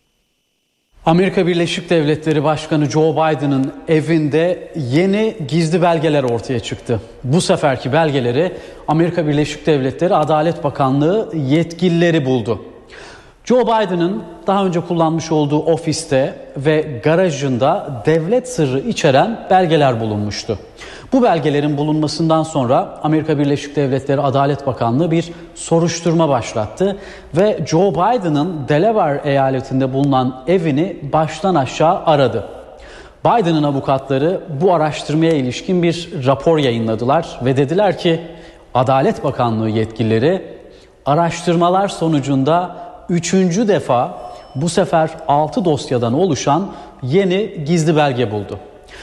Amerika Birleşik Devletleri Başkanı Joe Biden'ın evinde yeni gizli belgeler ortaya çıktı. Bu seferki belgeleri Amerika Birleşik Devletleri Adalet Bakanlığı yetkilileri buldu. Joe Biden'ın daha önce kullanmış olduğu ofiste ve garajında devlet sırrı içeren belgeler bulunmuştu. Bu belgelerin bulunmasından sonra Amerika Birleşik Devletleri Adalet Bakanlığı bir soruşturma başlattı ve Joe Biden'ın Delaware eyaletinde bulunan evini baştan aşağı aradı. Biden'ın avukatları bu araştırmaya ilişkin bir rapor yayınladılar ve dediler ki Adalet Bakanlığı yetkilileri araştırmalar sonucunda üçüncü defa bu sefer altı dosyadan oluşan yeni gizli belge buldu.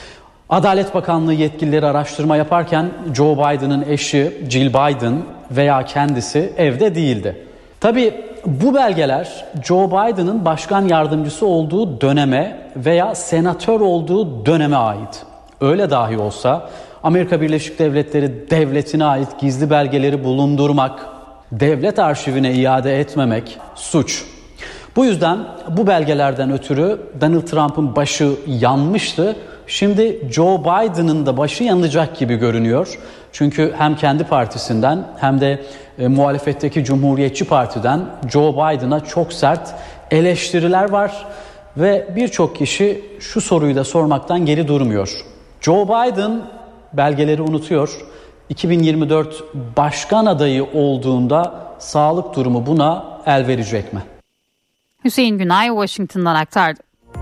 Adalet Bakanlığı yetkilileri araştırma yaparken Joe Biden'ın eşi Jill Biden veya kendisi evde değildi. Tabii bu belgeler Joe Biden'ın başkan yardımcısı olduğu döneme veya senatör olduğu döneme ait. Öyle dahi olsa Amerika Birleşik Devletleri devletine ait gizli belgeleri bulundurmak, devlet arşivine iade etmemek suç. Bu yüzden bu belgelerden ötürü Donald Trump'ın başı yanmıştı. Şimdi Joe Biden'ın da başı yanacak gibi görünüyor. Çünkü hem kendi partisinden hem de e, muhalefetteki Cumhuriyetçi Parti'den Joe Biden'a çok sert eleştiriler var. Ve birçok kişi şu soruyu da sormaktan geri durmuyor. Joe Biden belgeleri unutuyor. iki bin yirmi dört başkan adayı olduğunda sağlık durumu buna el verecek mi? Hüseyin Günay Washington'dan aktardı.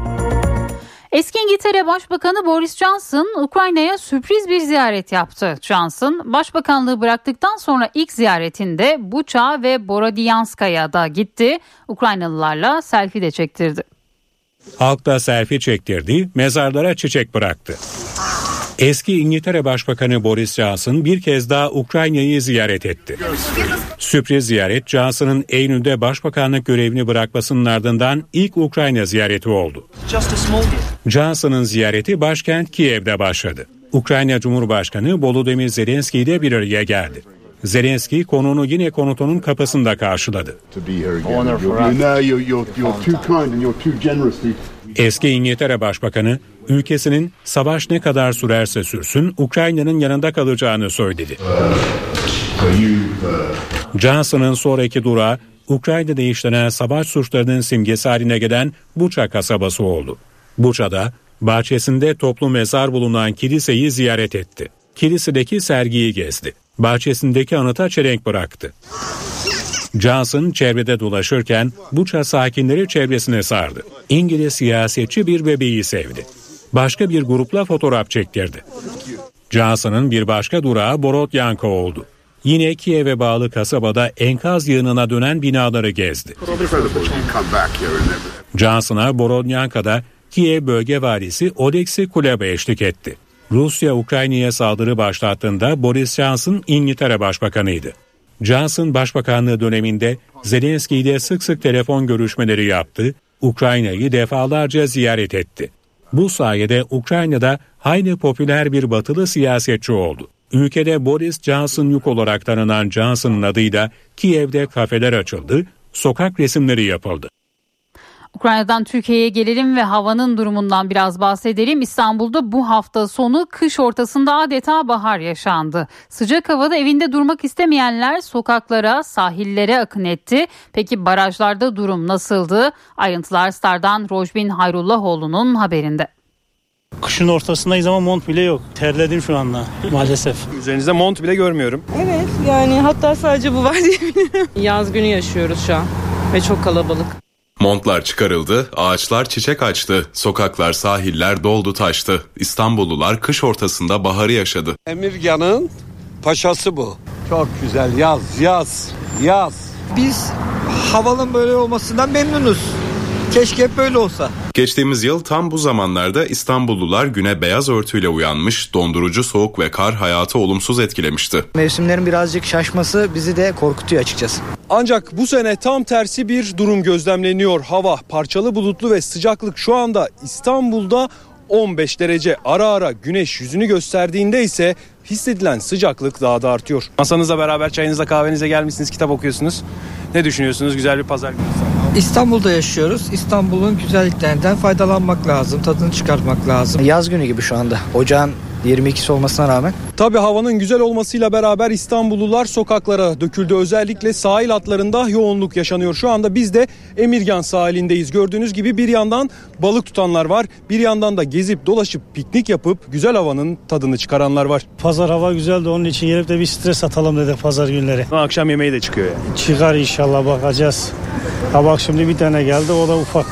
Eski İngiltere Başbakanı Boris Johnson Ukrayna'ya sürpriz bir ziyaret yaptı. Johnson, başbakanlığı bıraktıktan sonra ilk ziyaretinde Buça ve Borodyanska'ya da gitti. Ukraynalılarla selfie de çektirdi. Halk da selfie çektirdi, mezarlara çiçek bıraktı. Eski İngiltere Başbakanı Boris Johnson bir kez daha Ukrayna'yı ziyaret etti. Sürpriz ziyaret Johnson'ın Eylül'de başbakanlık görevini bırakmasının ardından ilk Ukrayna ziyareti oldu. Johnson'ın ziyareti başkent Kiev'de başladı. Ukrayna Cumhurbaşkanı Volodymyr Zelenski ile bir araya geldi. Zelenski konuğunu yine konutunun kapısında karşıladı. Eski İngiltere Başbakanı ülkesinin savaş ne kadar sürerse sürsün Ukrayna'nın yanında kalacağını söyledi. Johnson'ın sonraki durağı Ukrayna'da işlenen savaş suçlarının simgesi haline gelen Buça kasabası oldu. Buça'da bahçesinde toplu mezar bulunan kiliseyi ziyaret etti. Kilisedeki sergiyi gezdi. Bahçesindeki anıta çelenk bıraktı. Johnson çevrede dolaşırken Buça sakinleri çevresine sardı. İngiliz siyasetçi bir bebeği sevdi. Başka bir grupla fotoğraf çektirdi. Johnson'ın bir başka durağı Borodyanka oldu. Yine Kiev'e bağlı kasabada enkaz yığınına dönen binaları gezdi. Johnson'a Borodyanka'da Kiev bölge valisi Oleksiy Kuleba eşlik etti. Rusya Ukrayna'ya saldırı başlattığında Boris Johnson İngiltere Başbakanıydı. Johnson başbakanlığı döneminde Zelenskiy ile sık sık telefon görüşmeleri yaptı, Ukrayna'yı defalarca ziyaret etti. Bu sayede Ukrayna'da hayli popüler bir batılı siyasetçi oldu. Ülkede Boris Johnson yük olarak tanınan Johnson'ın adıyla Kiev'de kafeler açıldı, sokak resimleri yapıldı. Ukrayna'dan Türkiye'ye gelelim ve havanın durumundan biraz bahsedelim. İstanbul'da bu hafta sonu kış ortasında adeta bahar yaşandı. Sıcak havada evinde durmak istemeyenler sokaklara, sahillere akın etti. Peki barajlarda durum nasıldı? Ayrıntılar Star'dan Rojbin Hayrullahoğlu'nun haberinde. Kışın ortasındayız ama mont bile yok. Terledim şu anda maalesef. Üzerinizde mont bile görmüyorum. Evet, yani hatta sadece bu var diyebilirim. Yaz günü yaşıyoruz şu an ve çok kalabalık. Montlar çıkarıldı, ağaçlar çiçek açtı, sokaklar, sahiller doldu taştı. İstanbullular kış ortasında baharı yaşadı. Emirgan'ın paşası bu. Çok güzel, yaz, yaz, yaz. Biz havanın böyle olmasından memnunuz. Keşke hep böyle olsa. Geçtiğimiz yıl tam bu zamanlarda İstanbullular güne beyaz örtüyle uyanmış, dondurucu soğuk ve kar hayatı olumsuz etkilemişti. Mevsimlerin birazcık şaşması bizi de korkutuyor açıkçası. Ancak bu sene tam tersi bir durum gözlemleniyor. Hava parçalı bulutlu ve sıcaklık şu anda İstanbul'da on beş derece, ara ara güneş yüzünü gösterdiğinde ise hissedilen sıcaklık daha da artıyor. Masanızla beraber çayınızla kahvenize gelmişsiniz, kitap okuyorsunuz. Ne düşünüyorsunuz? Güzel bir pazar günü. İstanbul'da yaşıyoruz. İstanbul'un güzelliklerinden faydalanmak lazım, tadını çıkartmak lazım. Yaz günü gibi şu anda. Ocağın yirmi ikisi olmasına rağmen. Tabii havanın güzel olmasıyla beraber İstanbullular sokaklara döküldü. Özellikle sahil hatlarında yoğunluk yaşanıyor. Şu anda biz de Emirgan sahilindeyiz. Gördüğünüz gibi bir yandan balık tutanlar var. Bir yandan da gezip dolaşıp piknik yapıp güzel havanın tadını çıkaranlar var. Pazar hava güzeldi, onun için gelip de bir stres atalım dedik pazar günleri. Akşam yemeği de çıkıyor yani. Çıkar inşallah, bakacağız. Ha bak şimdi bir tane geldi, o da ufak.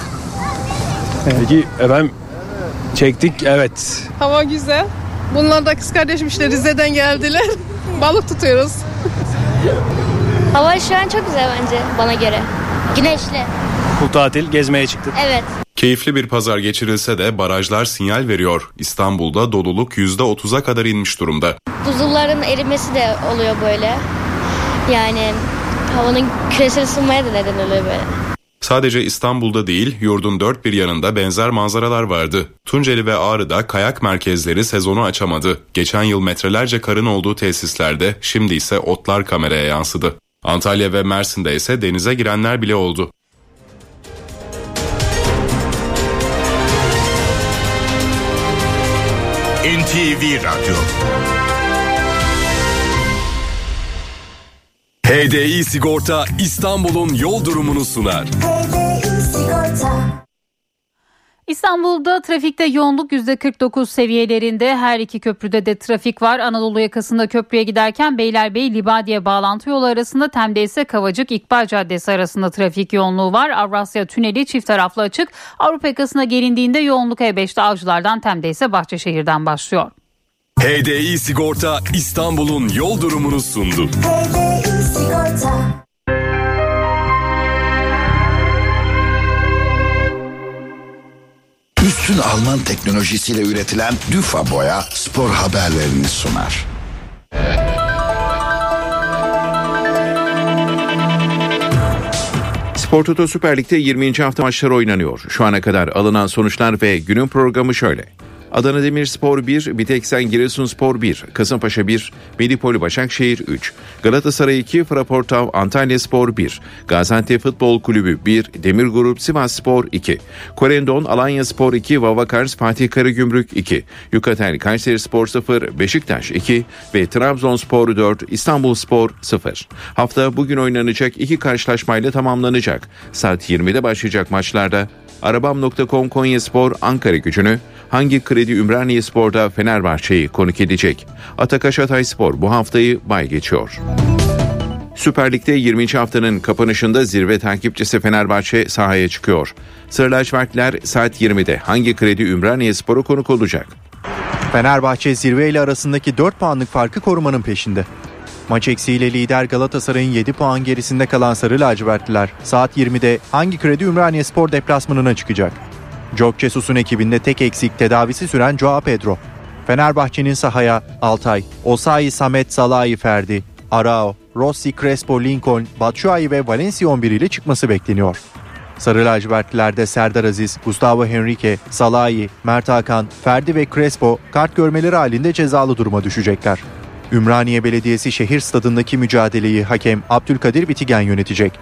Evet. Peki efendim, çektik, evet. Hava güzel. Bunlar da kız kardeşim işte Rize'den geldiler. Balık tutuyoruz. Hava şu an çok güzel bence bana göre. Güneşli. Bu tatil gezmeye çıktık. Evet. Keyifli bir pazar geçirilse de barajlar sinyal veriyor. İstanbul'da doluluk yüzde otuza kadar inmiş durumda. Buzulların erimesi de oluyor böyle. Yani havanın küresel ısınmaya da neden oluyor böyle. Sadece İstanbul'da değil, yurdun dört bir yanında benzer manzaralar vardı. Tunceli ve Ağrı'da kayak merkezleri sezonu açamadı. Geçen yıl metrelerce karın olduğu tesislerde, şimdi ise otlar kameraya yansıdı. Antalya ve Mersin'de ise denize girenler bile oldu. N T V Radyo. H D I Sigorta İstanbul'un yol durumunu sunar. İstanbul'da trafikte yoğunluk yüzde kırk dokuz seviyelerinde, her iki köprüde de trafik var. Anadolu yakasında köprüye giderken Beylerbeyi-Libadiye bağlantı yolu arasında, Tem'de ise Kavacık-İkbal Caddesi arasında trafik yoğunluğu var. Avrasya Tüneli çift taraflı açık. Avrupa yakasına gelindiğinde yoğunluk E beşte Avcılar'dan, Tem'de ise Bahçeşehir'den başlıyor. H D I Sigorta İstanbul'un yol durumunu sundu. H D I Sigorta. Üstün Alman teknolojisiyle üretilen Düfa Boya spor haberlerini sunar. Spor Toto Süper Lig'de yirminci hafta maçları oynanıyor. Şu ana kadar alınan sonuçlar ve günün programı şöyle. Adana Demirspor bir, Biteksen Giresunspor bir, Kasımpaşa bir, Medipol Başakşehir üç, Galatasaray iki, Fraportav Antalyaspor bir, Gaziantep Futbol Kulübü bir, Demirgrup Sivasspor iki, Korendon Alanyaspor iki, Vavakars Fatih Karagümrük iki, Yukatel Kayserispor sıfır, Beşiktaş iki ve Trabzonspor dört, İstanbulspor sıfır. Hafta bugün oynanacak iki karşılaşmayla tamamlanacak. Saat yirmide başlayacak maçlarda Arabam nokta com Konyaspor Ankaragücü'nü, Hangi Kredi Ümraniyespor'da Fenerbahçe'yi konuk edecek. Atakaş Hatayspor bu haftayı bay geçiyor. Süper Lig'de yirminci haftanın kapanışında zirve takipçisi Fenerbahçe sahaya çıkıyor. Sarı lacivertliler saat yirmide Hangi Kredi Ümraniyespor'u konuk olacak. Fenerbahçe zirve ile arasındaki dört puanlık farkı korumanın peşinde. Maç eksiğiyle lider Galatasaray'ın yedi puan gerisinde kalan Sarı lacivertliler saat yirmide Hangi Kredi Ümraniyespor deplasmanına çıkacak. Jorge Jesus'un ekibinde tek eksik tedavisi süren Joao Pedro. Fenerbahçe'nin sahaya Altay, Osayi, Samet, Salahi, Ferdi, Arao, Rossi, Crespo, Lincoln, Batshuayi ve Valencia on bir ile çıkması bekleniyor. Sarı lacivertlilerde Serdar Aziz, Gustavo Henrique, Salahi, Mert Hakan, Ferdi ve Crespo kart görmeleri halinde cezalı duruma düşecekler. Ümraniye Belediyesi şehir stadındaki mücadeleyi hakem Abdülkadir Bitigen yönetecek.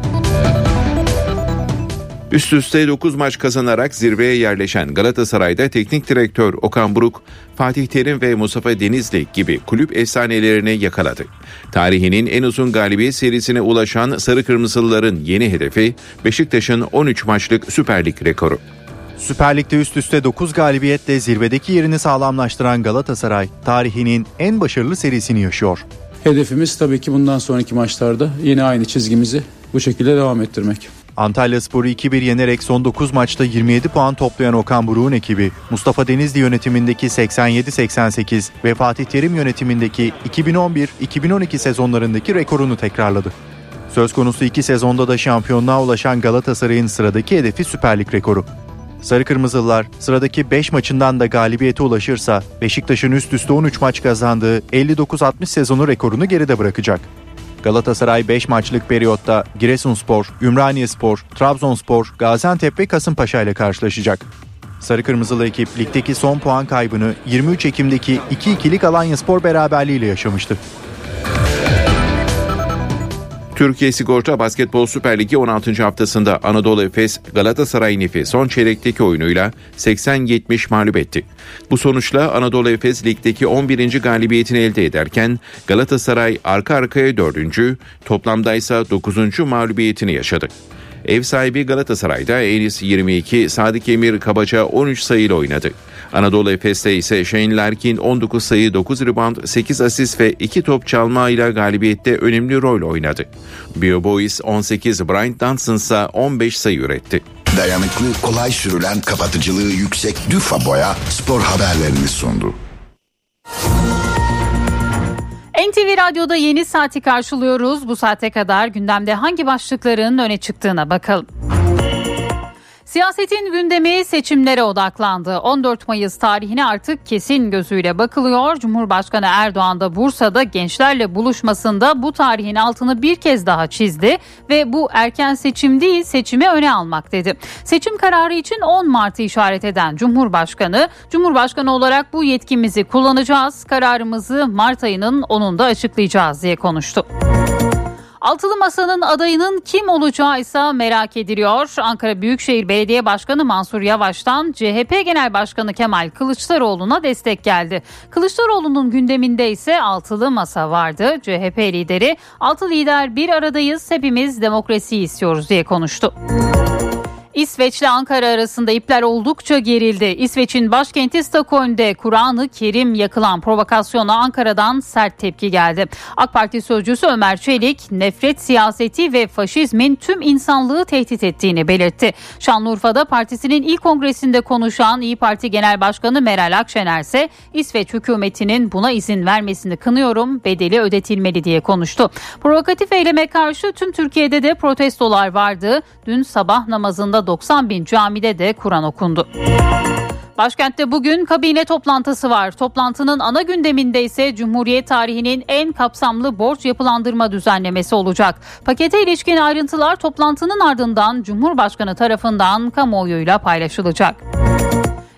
Üst üste dokuz maç kazanarak zirveye yerleşen Galatasaray'da teknik direktör Okan Buruk, Fatih Terim ve Mustafa Denizli gibi kulüp efsanelerini yakaladı. Tarihinin en uzun galibiyet serisine ulaşan Sarı Kırmızılıların yeni hedefi Beşiktaş'ın on üç maçlık Süper Lig rekoru. Süper Lig'de üst üste dokuz galibiyetle zirvedeki yerini sağlamlaştıran Galatasaray, tarihinin en başarılı serisini yaşıyor. Hedefimiz tabii ki bundan sonraki maçlarda yine aynı çizgimizi bu şekilde devam ettirmek. Antalyaspor'u iki bir yenerek son dokuz maçta yirmi yedi puan toplayan Okan Buruk'un ekibi, Mustafa Denizli yönetimindeki seksen yedi seksen sekiz ve Fatih Terim yönetimindeki iki bin on bir iki bin on iki sezonlarındaki rekorunu tekrarladı. Söz konusu iki sezonda da şampiyonluğa ulaşan Galatasaray'ın sıradaki hedefi Süper Lig rekoru. Sarı Kırmızılılar sıradaki beş maçından da galibiyete ulaşırsa Beşiktaş'ın üst üste on üç maç kazandığı elli dokuz altmış sezonu rekorunu geride bırakacak. Galatasaray beş maçlık periyotta Giresunspor, Ümraniyespor, Trabzonspor, Gaziantep ve Kasımpaşa ile karşılaşacak. Sarı Kırmızılı ekip ligdeki son puan kaybını yirmi üç Ekim'deki iki ikilik Alanyaspor beraberliğiyle yaşamıştı. Türkiye Sigorta Basketbol Süper Ligi on altıncı haftasında Anadolu Efes Galatasaray Nef'i son çeyrekteki oyunuyla seksen yetmiş mağlup etti. Bu sonuçla Anadolu Efes ligdeki on birinci galibiyetini elde ederken Galatasaray arka arkaya dördüncü, toplamda ise dokuzuncu mağlubiyetini yaşadı. Ev sahibi Galatasaray'da Enis yirmi iki, Sadık Emir Kabaca on üç sayıyla oynadı. Anadolu Efes'te ise Shane Larkin on dokuz sayı, dokuz rebound, sekiz asist ve iki top çalma ile galibiyette önemli rol oynadı. BioBoys on sekiz, Bryant Johnson ise on beş sayı üretti. Dayanıklı, kolay sürülen, kapatıcılığı yüksek Düfa Boya spor haberlerini sundu. N T V Radyo'da yeni saati karşılıyoruz. Bu saate kadar gündemde hangi başlıkların öne çıktığına bakalım. Siyasetin gündemi seçimlere odaklandı. on dört Mayıs tarihine artık kesin gözüyle bakılıyor. Cumhurbaşkanı Erdoğan da Bursa'da gençlerle buluşmasında bu tarihin altını bir kez daha çizdi ve bu erken seçim değil, seçimi öne almak dedi. Seçim kararı için on Mart'ı işaret eden Cumhurbaşkanı, Cumhurbaşkanı olarak bu yetkimizi kullanacağız, kararımızı Mart ayının onunda açıklayacağız diye konuştu. Altılı Masa'nın adayının kim olacağı ise merak ediliyor. Ankara Büyükşehir Belediye Başkanı Mansur Yavaş'tan C H P Genel Başkanı Kemal Kılıçdaroğlu'na destek geldi. Kılıçdaroğlu'nun gündeminde ise Altılı Masa vardı. C H P lideri "Altı lider bir aradayız, hepimiz demokrasiyi istiyoruz" diye konuştu. İsveç ile Ankara arasında ipler oldukça gerildi. İsveç'in başkenti Stockholm'de Kur'an-ı Kerim yakılan provokasyona Ankara'dan sert tepki geldi. AK Parti sözcüsü Ömer Çelik, nefret siyaseti ve faşizmin tüm insanlığı tehdit ettiğini belirtti. Şanlıurfa'da partisinin ilk kongresinde konuşan İYİ Parti Genel Başkanı Meral Akşener ise İsveç hükümetinin buna izin vermesini kınıyorum, bedeli ödetilmeli diye konuştu. Provokatif eyleme karşı tüm Türkiye'de de protestolar vardı. Dün sabah namazında doksan bin camide de Kur'an okundu. Başkentte bugün kabine toplantısı var. Toplantının ana gündeminde ise Cumhuriyet tarihinin en kapsamlı borç yapılandırma düzenlemesi olacak. Pakete ilişkin ayrıntılar toplantının ardından Cumhurbaşkanı tarafından kamuoyuyla paylaşılacak.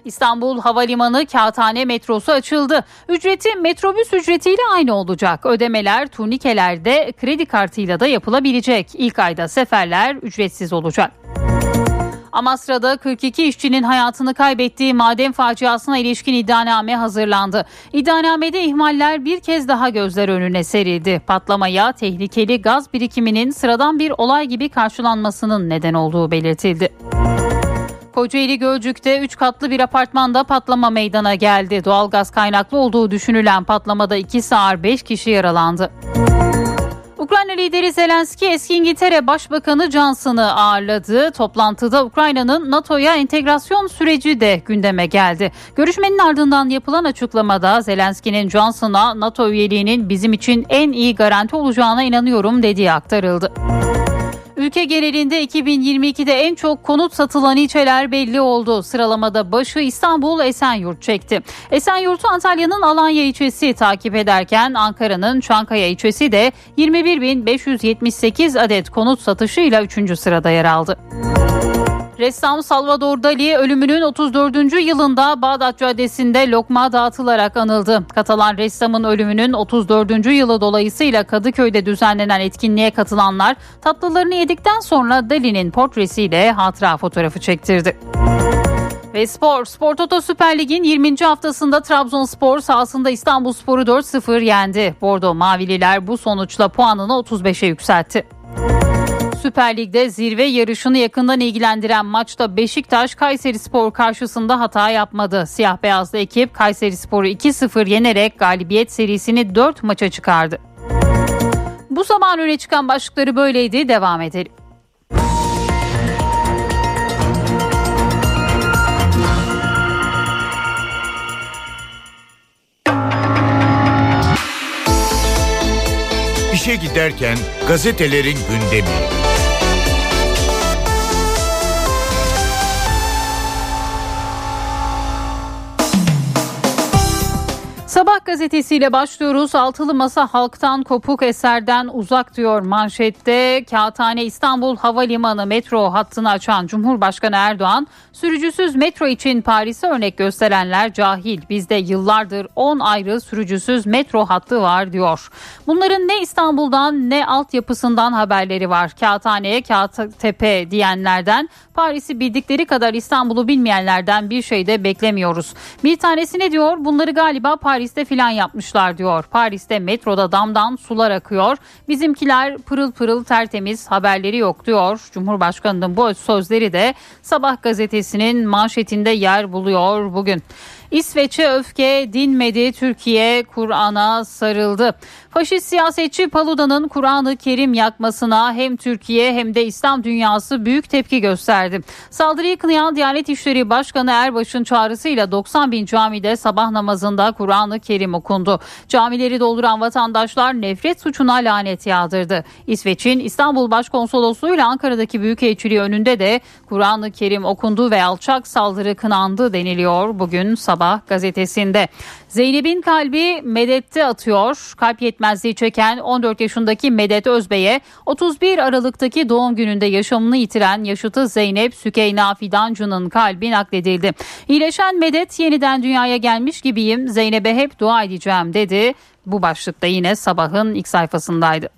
İstanbul Havalimanı Kağıthane metrosu açıldı. Ücreti metrobüs ücretiyle aynı olacak. Ödemeler turnikelerde kredi kartıyla da yapılabilecek. İlk ayda seferler ücretsiz olacak. Amasra'da kırk iki işçinin hayatını kaybettiği maden faciasına ilişkin iddianame hazırlandı. İddianamede ihmaller bir kez daha gözler önüne serildi. Patlamaya tehlikeli gaz birikiminin sıradan bir olay gibi karşılanmasının neden olduğu belirtildi. Kocaeli Gölcük'te üç katlı bir apartmanda patlama meydana geldi. Doğalgaz kaynaklı olduğu düşünülen patlamada iki sağır beş kişi yaralandı. Ukrayna lideri Zelenski eski İngiltere Başbakanı Johnson'ı ağırladı. Toplantıda Ukrayna'nın NATO'ya entegrasyon süreci de gündeme geldi. Görüşmenin ardından yapılan açıklamada Zelenski'nin Johnson'a NATO üyeliğinin bizim için en iyi garanti olacağına inanıyorum dediği aktarıldı. Ülke genelinde iki bin yirmi ikide en çok konut satılan ilçeler belli oldu. Sıralamada başı İstanbul Esenyurt çekti. Esenyurt'u Antalya'nın Alanya ilçesi takip ederken Ankara'nın Çankaya ilçesi de yirmi bir bin beş yüz yetmiş sekiz adet konut satışıyla üçüncü sırada yer aldı. Ressam Salvador Dali ölümünün otuz dördüncü yılında Bağdat Caddesi'nde lokma dağıtılarak anıldı. Katalan ressamın ölümünün otuz dördüncü yılı dolayısıyla Kadıköy'de düzenlenen etkinliğe katılanlar tatlılarını yedikten sonra Dali'nin portresiyle hatıra fotoğrafı çektirdi. Ve spor, Spor Toto Süper Lig'in yirminci haftasında Trabzonspor sahasında İstanbulspor'u dört sıfır yendi. Bordo Mavililer bu sonuçla puanını otuz beşe yükseltti. Süper Lig'de zirve yarışını yakından ilgilendiren maçta Beşiktaş Kayserispor karşısında hata yapmadı. Siyah beyazlı ekip Kayserispor'u iki sıfır yenerek galibiyet serisini dört maça çıkardı. Bu sabahın öne çıkan başlıkları böyleydi. Devam edelim. İşe giderken gazetelerin gündemi. Sabah gazetesiyle başlıyoruz. Altılı Masa halktan kopuk, eserden uzak diyor manşette. Kağıthane İstanbul Havalimanı metro hattını açan Cumhurbaşkanı Erdoğan, sürücüsüz metro için Paris'e örnek gösterenler cahil. Bizde yıllardır on ayrı sürücüsüz metro hattı var diyor. Bunların ne İstanbul'dan ne altyapısından haberleri var. Kağıthane'ye Kağıttepe diyenlerden, Paris'i bildikleri kadar İstanbul'u bilmeyenlerden bir şey de beklemiyoruz. Bir tanesi ne diyor? Bunları galiba Paris'te filan yapmışlar diyor. Paris'te metroda damdan sular akıyor. Bizimkiler pırıl pırıl tertemiz, haberleri yok diyor. Cumhurbaşkanının bu sözleri de Sabah gazetesinin manşetinde yer buluyor bugün. İsveç'e öfke dinmedi, Türkiye Kur'an'a sarıldı. Faşist siyasetçi Paluda'nın Kur'an-ı Kerim yakmasına hem Türkiye hem de İslam dünyası büyük tepki gösterdi. Saldırıyı kınayan Diyanet İşleri Başkanı Erbaş'ın çağrısıyla doksan bin camide sabah namazında Kur'an-ı Kerim okundu. Camileri dolduran vatandaşlar nefret suçuna lanet yağdırdı. İsveç'in İstanbul Başkonsolosluğu ile Ankara'daki Büyükelçiliği önünde de Kur'an-ı Kerim okundu ve alçak saldırı kınandı deniliyor bugün Sabah gazetesinde. Zeynep'in kalbi Medet'te atıyor. Kalp yetmezliği çeken on dört yaşındaki Medet Özbey'e otuz bir Aralık'taki doğum gününde yaşamını yitiren yaşıtı Zeynep Sükeyna Fidancı'nın kalbi nakledildi. İyileşen Medet, yeniden dünyaya gelmiş gibiyim, Zeynep'e hep dua edeceğim dedi. Bu başlıkta yine Sabah'ın ilk sayfasındaydı.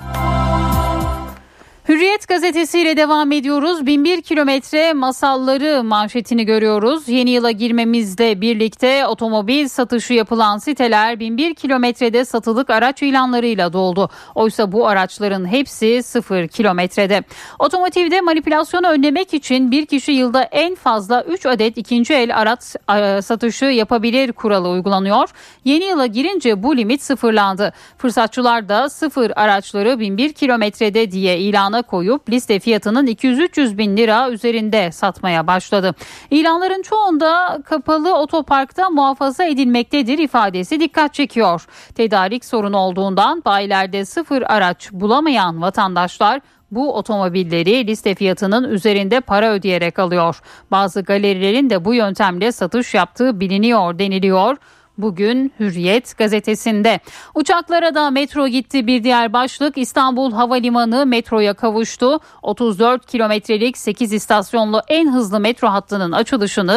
Hürriyet gazetesiyle devam ediyoruz. bin bir kilometre masalları manşetini görüyoruz. Yeni yıla girmemizle birlikte otomobil satışı yapılan siteler bin bir kilometrede satılık araç ilanlarıyla doldu. Oysa bu araçların hepsi sıfır kilometrede. Otomotivde manipülasyonu önlemek için bir kişi yılda en fazla üç adet ikinci el araç satışı yapabilir kuralı uygulanıyor. Yeni yıla girince bu limit sıfırlandı. Fırsatçılar da sıfır araçları bin bir kilometrede diye ilana koyup liste fiyatının iki yüz üç yüz bin lira üzerinde satmaya başladı. İlanların çoğunda kapalı otoparkta muhafaza edilmektedir ifadesi dikkat çekiyor. Tedarik sorunu olduğundan bayilerde sıfır araç bulamayan vatandaşlar bu otomobilleri liste fiyatının üzerinde para ödeyerek alıyor. Bazı galerilerin de bu yöntemle satış yaptığı biliniyor deniliyor. Bugün Hürriyet gazetesinde. Uçaklara da metro gitti, bir diğer başlık. İstanbul Havalimanı metroya kavuştu. otuz dört kilometrelik sekiz istasyonlu en hızlı metro hattının açılışını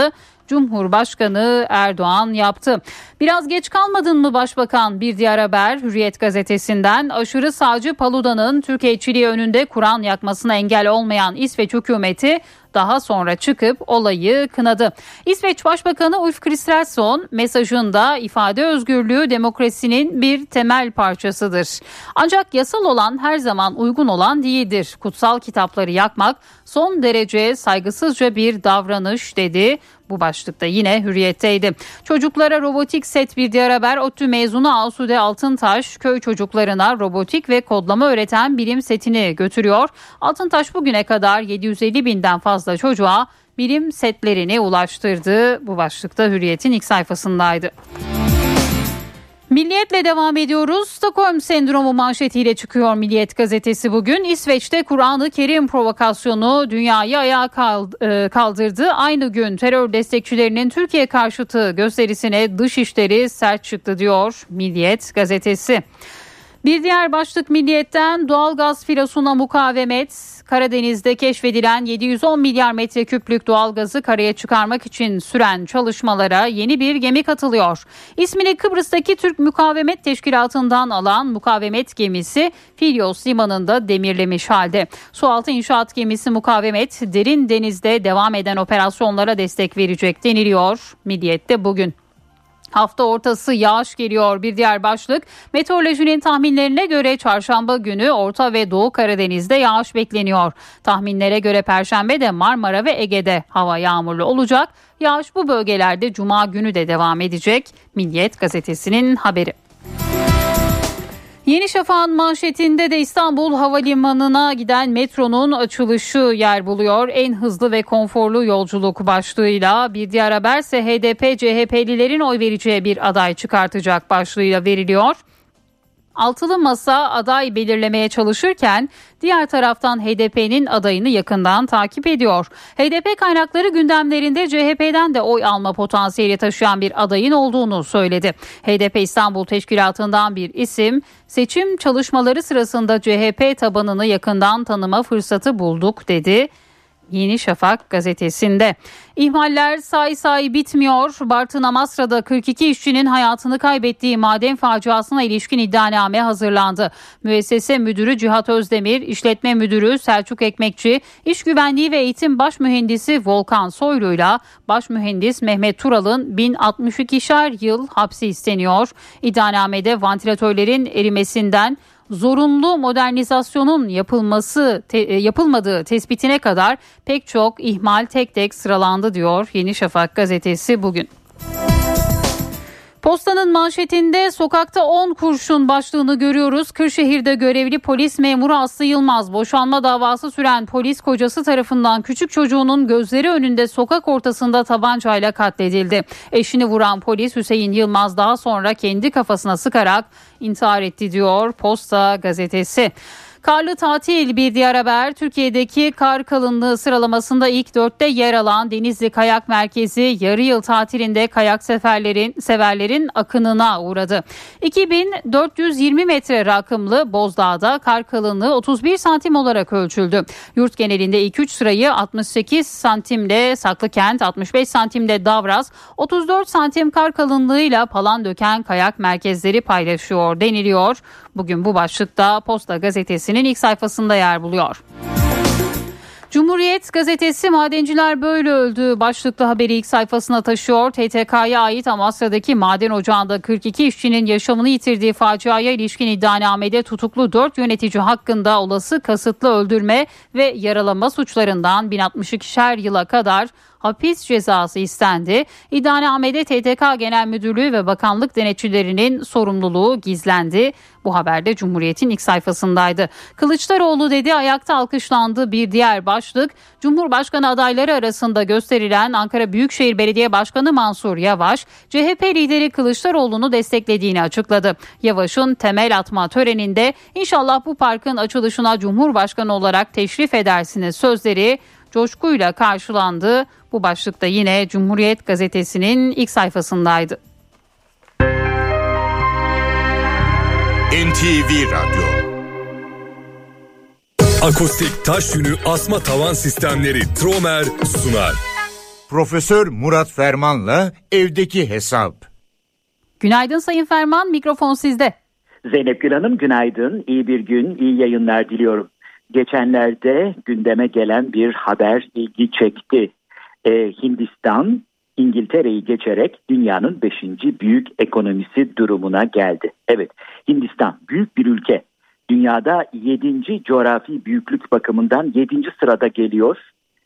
Cumhurbaşkanı Erdoğan yaptı. Biraz geç kalmadın mı Başbakan? Bir diğer haber Hürriyet gazetesinden. Aşırı sağcı Paluda'nın Türkiye'çiliği önünde Kur'an yakmasına engel olmayan İsveç hükümeti daha sonra çıkıp olayı kınadı. İsveç Başbakanı Ulf Kristersson mesajında ifade özgürlüğü demokrasinin bir temel parçasıdır. Ancak yasal olan her zaman uygun olan değildir. Kutsal kitapları yakmak son derece saygısızca bir davranış dedi. Bu başlıkta yine Hürriyet'teydi. Çocuklara robotik set bir diğer haber. ODTÜ mezunu Asude Altıntaş köy çocuklarına robotik ve kodlama öğreten bilim setini götürüyor. Altıntaş bugüne kadar yedi yüz elli binden fazla çocuğa bilim setlerini ulaştırdı. Bu başlıkta Hürriyet'in ilk sayfasındaydı. Milliyetle devam ediyoruz. Stockholm sendromu manşetiyle çıkıyor Milliyet gazetesi bugün. İsveç'te Kur'an-ı Kerim provokasyonu dünyayı ayağa kaldırdı. Aynı gün terör destekçilerinin Türkiye karşıtı gösterisine dışişleri sert çıktı diyor Milliyet gazetesi. Bir diğer başlık Milliyet'ten doğalgaz filosuna mukavemet. Karadeniz'de keşfedilen yedi yüz on milyar metreküplük doğalgazı karaya çıkarmak için süren çalışmalara yeni bir gemi katılıyor. İsmini Kıbrıs'taki Türk Mukavemet Teşkilatı'ndan alan mukavemet gemisi Filyos limanında demirlemiş halde. Sualtı inşaat gemisi Mukavemet derin denizde devam eden operasyonlara destek verecek deniliyor Milliyet'te bugün. Hafta ortası yağış geliyor bir diğer başlık. Meteorolojinin tahminlerine göre çarşamba günü Orta ve Doğu Karadeniz'de yağış bekleniyor. Tahminlere göre Perşembe de Marmara ve Ege'de hava yağmurlu olacak. Yağış bu bölgelerde Cuma günü de devam edecek. Milliyet gazetesinin haberi. Yeni Şafak'ın manşetinde de İstanbul Havalimanı'na giden metronun açılışı yer buluyor. En hızlı ve konforlu yolculuk başlığıyla. Bir diğer haberse H D P C H P'lilerin oy vereceği bir aday çıkartacak başlığıyla veriliyor. Altılı Masa aday belirlemeye çalışırken diğer taraftan H D P'nin adayını yakından takip ediyor. H D P kaynakları gündemlerinde C H P'den de oy alma potansiyeli taşıyan bir adayın olduğunu söyledi. H D P İstanbul Teşkilatı'ndan bir isim, seçim çalışmaları sırasında C H P tabanını yakından tanıma fırsatı bulduk dedi. Yeni Şafak gazetesinde. İhmaller say say bitmiyor. Bartın Amasra'da kırk iki işçinin hayatını kaybettiği maden faciasına ilişkin iddianame hazırlandı. Müessese müdürü Cihat Özdemir, işletme müdürü Selçuk Ekmekçi, iş güvenliği ve eğitim baş mühendisi Volkan Soylu'yla baş mühendis Mehmet Tural'ın bin altmış ikişer yıl hapsi isteniyor. İddianamede vantilatörlerin erimesinden zorunlu modernizasyonun yapılması te, yapılmadığı tespitine kadar pek çok ihmal tek tek sıralandı diyor Yeni Şafak gazetesi bugün. Postanın manşetinde sokakta on kurşun başlığını görüyoruz. Kırşehir'de görevli polis memuru Aslı Yılmaz boşanma davası süren polis kocası tarafından küçük çocuğunun gözleri önünde sokak ortasında tabancayla katledildi. Eşini vuran polis Hüseyin Yılmaz daha sonra kendi kafasına sıkarak intihar etti diyor Posta gazetesi. Karlı tatil bir diğer haber. Türkiye'deki kar kalınlığı sıralamasında ilk dörtte yer alan Denizli Kayak Merkezi yarı yıl tatilinde kayak seferlerin severlerin akınına uğradı. iki bin dört yüz yirmi metre rakımlı Bozdağ'da kar kalınlığı otuz bir santim olarak ölçüldü. Yurt genelinde ilk üç sırayı altmış sekiz santimle Saklıkent, altmış beş santimle Davraz, otuz dört santim kar kalınlığıyla Palandöken kayak merkezleri paylaşıyor deniliyor. Bugün bu başlıkta Posta gazetesinin ilk sayfasında yer buluyor. Cumhuriyet gazetesi madenciler böyle öldü başlıklı haberi ilk sayfasına taşıyor. T T K'ya ait Amasya'daki maden ocağında kırk iki işçinin yaşamını yitirdiği faciaya ilişkin iddianamede tutuklu dört yönetici hakkında olası kasıtlı öldürme ve yaralama suçlarından bin altmış ikişer yıla kadar hapis cezası istendi. İddianamede T T K Genel Müdürlüğü ve bakanlık denetçilerinin sorumluluğu gizlendi. Bu haber de Cumhuriyet'in ilk sayfasındaydı. Kılıçdaroğlu dedi, ayakta alkışlandı bir diğer başlık. Cumhurbaşkanı adayları arasında gösterilen Ankara Büyükşehir Belediye Başkanı Mansur Yavaş, C H P lideri Kılıçdaroğlu'nu desteklediğini açıkladı. Yavaş'ın temel atma töreninde "İnşallah bu parkın açılışına Cumhurbaşkanı olarak teşrif edersiniz" sözleri coşkuyla karşılandı. Bu başlıkta yine Cumhuriyet gazetesinin ilk sayfasındaydı. N T V Radyo. Akustik taş yünü asma tavan sistemleri Tromer sunar. Profesör Murat Ferman'la evdeki hesap. Günaydın Sayın Ferman, mikrofon sizde. Zeynep Gül Hanım günaydın, iyi bir gün, iyi yayınlar diliyorum. Geçenlerde gündeme gelen bir haber ilgi çekti. Ee, Hindistan, İngiltere'yi geçerek dünyanın beşinci büyük ekonomisi durumuna geldi. Evet, Hindistan büyük bir ülke. Dünyada yedinci coğrafi büyüklük bakımından yedinci sırada geliyor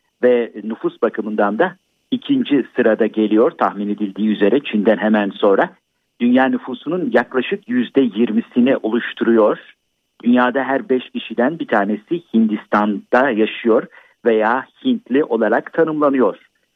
ve nüfus bakımından da ikinci sırada geliyor tahmin edildiği üzere Çin'den hemen sonra. Dünya nüfusunun yaklaşık yüzde yirmisini oluşturuyor. Dünyada her beş kişiden bir tanesi Hindistan'da yaşıyor veya Hintli olarak tanımlanıyor.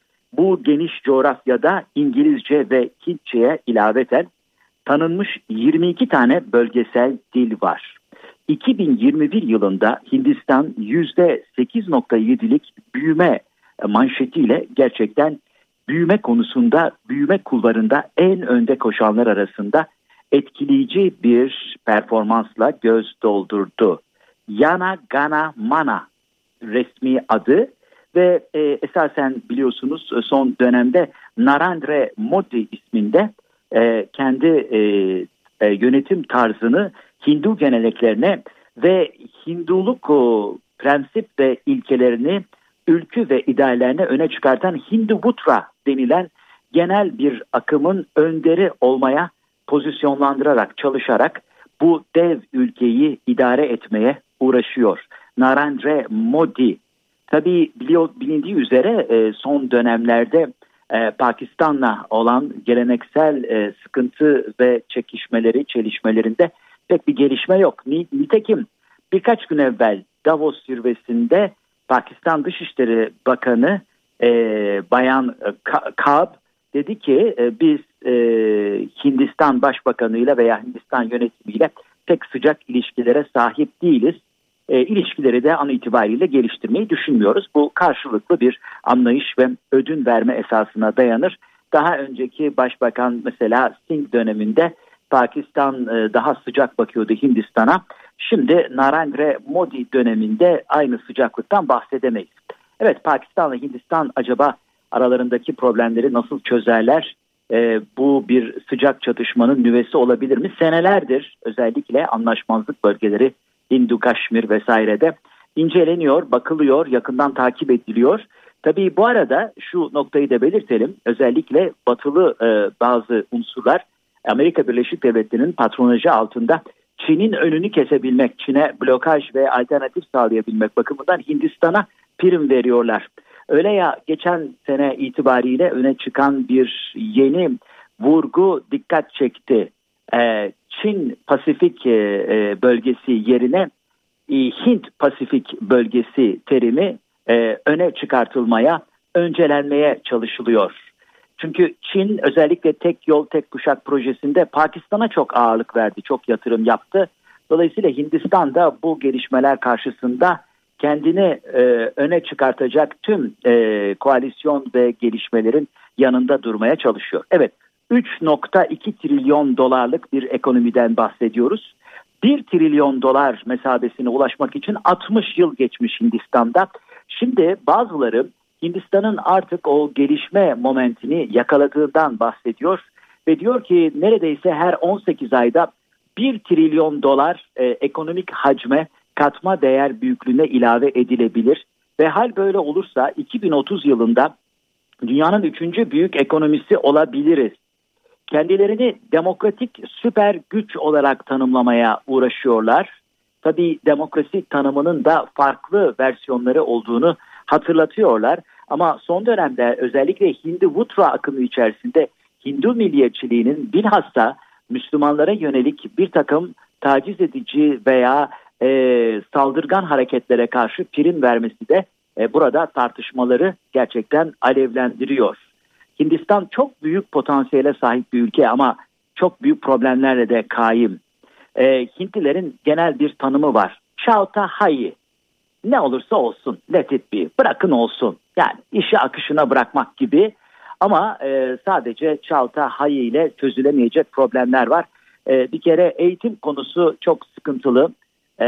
Bu geniş coğrafyada İngilizce ve Hintçe'ye ilaveten tanınmış yirmi iki tane bölgesel dil var. iki bin yirmi bir yılında Hindistan yüzde sekiz virgül yedilik büyüme manşetiyle gerçekten büyüme konusunda, büyüme kulvarında en önde koşanlar arasında etkileyici bir performansla göz doldurdu. Yana Gana Mana resmi adı ve e, esasen biliyorsunuz son dönemde Narendra Modi isminde e, kendi e, e, yönetim tarzını Hindu geleneklerine ve Hinduluk o, prensip ve ilkelerini ülkü ve ideallerine öne çıkartan Hinduvutra denilen genel bir akımın önderi olmaya pozisyonlandırarak, çalışarak bu dev ülkeyi idare etmeye uğraşıyor. Narendra Modi, tabii biliyor, bilindiği üzere son dönemlerde Pakistan'la olan geleneksel sıkıntı ve çekişmeleri, çelişmelerinde pek bir gelişme yok. Nitekim birkaç gün evvel Davos zirvesinde Pakistan Dışişleri Bakanı e, Bayan Kaab dedi ki e, biz e, Hindistan Başbakanı'yla veya Hindistan yönetimiyle pek sıcak ilişkilere sahip değiliz. E, ilişkileri de an itibariyle geliştirmeyi düşünmüyoruz. Bu karşılıklı bir anlayış ve ödün verme esasına dayanır. Daha önceki Başbakan mesela Singh döneminde Pakistan e, daha sıcak bakıyordu Hindistan'a. Şimdi Narendra Modi döneminde aynı sıcaklıktan bahsedemeyiz. Evet, Pakistan ve Hindistan acaba aralarındaki problemleri nasıl çözerler? Ee, bu bir sıcak çatışmanın nüvesi olabilir mi? Senelerdir özellikle anlaşmazlık bölgeleri Hindu Kaşmir vesairede inceleniyor, bakılıyor, yakından takip ediliyor. Tabii bu arada şu noktayı da belirtelim. Özellikle batılı e, bazı unsurlar Amerika Birleşik Devletleri'nin patronajı altında Çin'in önünü kesebilmek, Çin'e blokaj ve alternatif sağlayabilmek bakımından Hindistan'a prim veriyorlar. Öyle ya, geçen sene itibariyle öne çıkan bir yeni vurgu dikkat çekti. Ee, Çin Pasifik e, bölgesi yerine e, Hint Pasifik bölgesi terimi e, öne çıkartılmaya, öncelenmeye çalışılıyor. Çünkü Çin özellikle tek yol tek kuşak projesinde Pakistan'a çok ağırlık verdi, çok yatırım yaptı. Dolayısıyla Hindistan da bu gelişmeler karşısında kendini e, öne çıkartacak tüm e, koalisyon ve gelişmelerin yanında durmaya çalışıyor. Evet, üç virgül iki trilyon dolarlık bir ekonomiden bahsediyoruz. bir trilyon dolar mesabesine ulaşmak için altmış yıl geçmiş Hindistan'da. Şimdi bazıları Hindistan'ın artık o gelişme momentini yakaladığından bahsediyor ve diyor ki neredeyse her on sekiz ayda bir trilyon dolar e, ekonomik hacme, katma değer büyüklüğüne ilave edilebilir ve hal böyle olursa iki bin otuz yılında dünyanın üçüncü büyük ekonomisi olabiliriz. Kendilerini demokratik süper güç olarak tanımlamaya uğraşıyorlar. Tabii demokrasi tanımının da farklı versiyonları olduğunu hatırlatıyorlar. Ama son dönemde özellikle Hinduvutra akımı içerisinde Hindu milliyetçiliğinin bilhassa Müslümanlara yönelik bir takım taciz edici veya e, saldırgan hareketlere karşı prim vermesi de e, burada tartışmaları gerçekten alevlendiriyor. Hindistan çok büyük potansiyele sahip bir ülke ama çok büyük problemlerle de kaim. E, Hintlilerin genel bir tanımı var. Chauta Hai. Ne olursa olsun, let it be, bırakın olsun. Yani işi akışına bırakmak gibi ama e, sadece Chauta Hai ile çözülemeyecek problemler var. E, bir kere eğitim konusu çok sıkıntılı. E,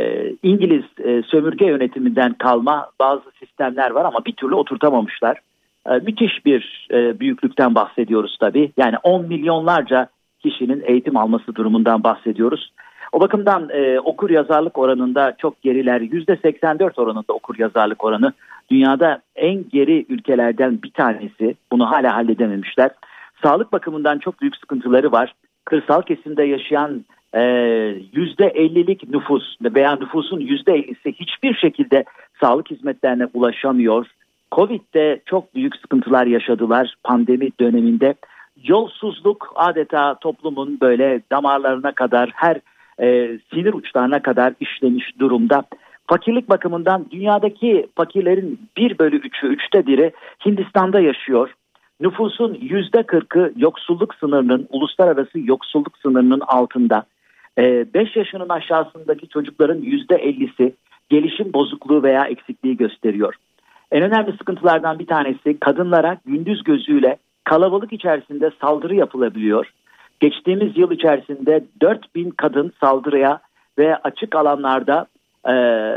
İngiliz e, sömürge yönetiminden kalma bazı sistemler var ama bir türlü oturtamamışlar. E, müthiş bir e, büyüklükten bahsediyoruz tabii. Yani on milyonlarca kişinin eğitim alması durumundan bahsediyoruz. O bakımdan e, okur yazarlık oranında çok geriler. yüzde seksen dört oranında okur yazarlık oranı. Dünyada en geri ülkelerden bir tanesi. Bunu hala halledememişler. Sağlık bakımından çok büyük sıkıntıları var. Kırsal kesimde yaşayan e, yüzde ellilik nüfus veya nüfusun yüzde ellisi hiçbir şekilde sağlık hizmetlerine ulaşamıyor. Covid'de çok büyük sıkıntılar yaşadılar pandemi döneminde. Yolsuzluk adeta toplumun böyle damarlarına kadar, her e, sinir uçlarına kadar işlemiş durumda. Fakirlik bakımından dünyadaki fakirlerin bir bölü üçü, üçte biri Hindistan'da yaşıyor. Nüfusun yüzde kırkı yoksulluk sınırının, uluslararası yoksulluk sınırının altında. beş yaşının aşağısındaki çocukların yüzde ellisi gelişim bozukluğu veya eksikliği gösteriyor. En önemli sıkıntılardan bir tanesi, kadınlara gündüz gözüyle kalabalık içerisinde saldırı yapılabiliyor. Geçtiğimiz yıl içerisinde dört bin kadın saldırıya ve açık alanlarda e,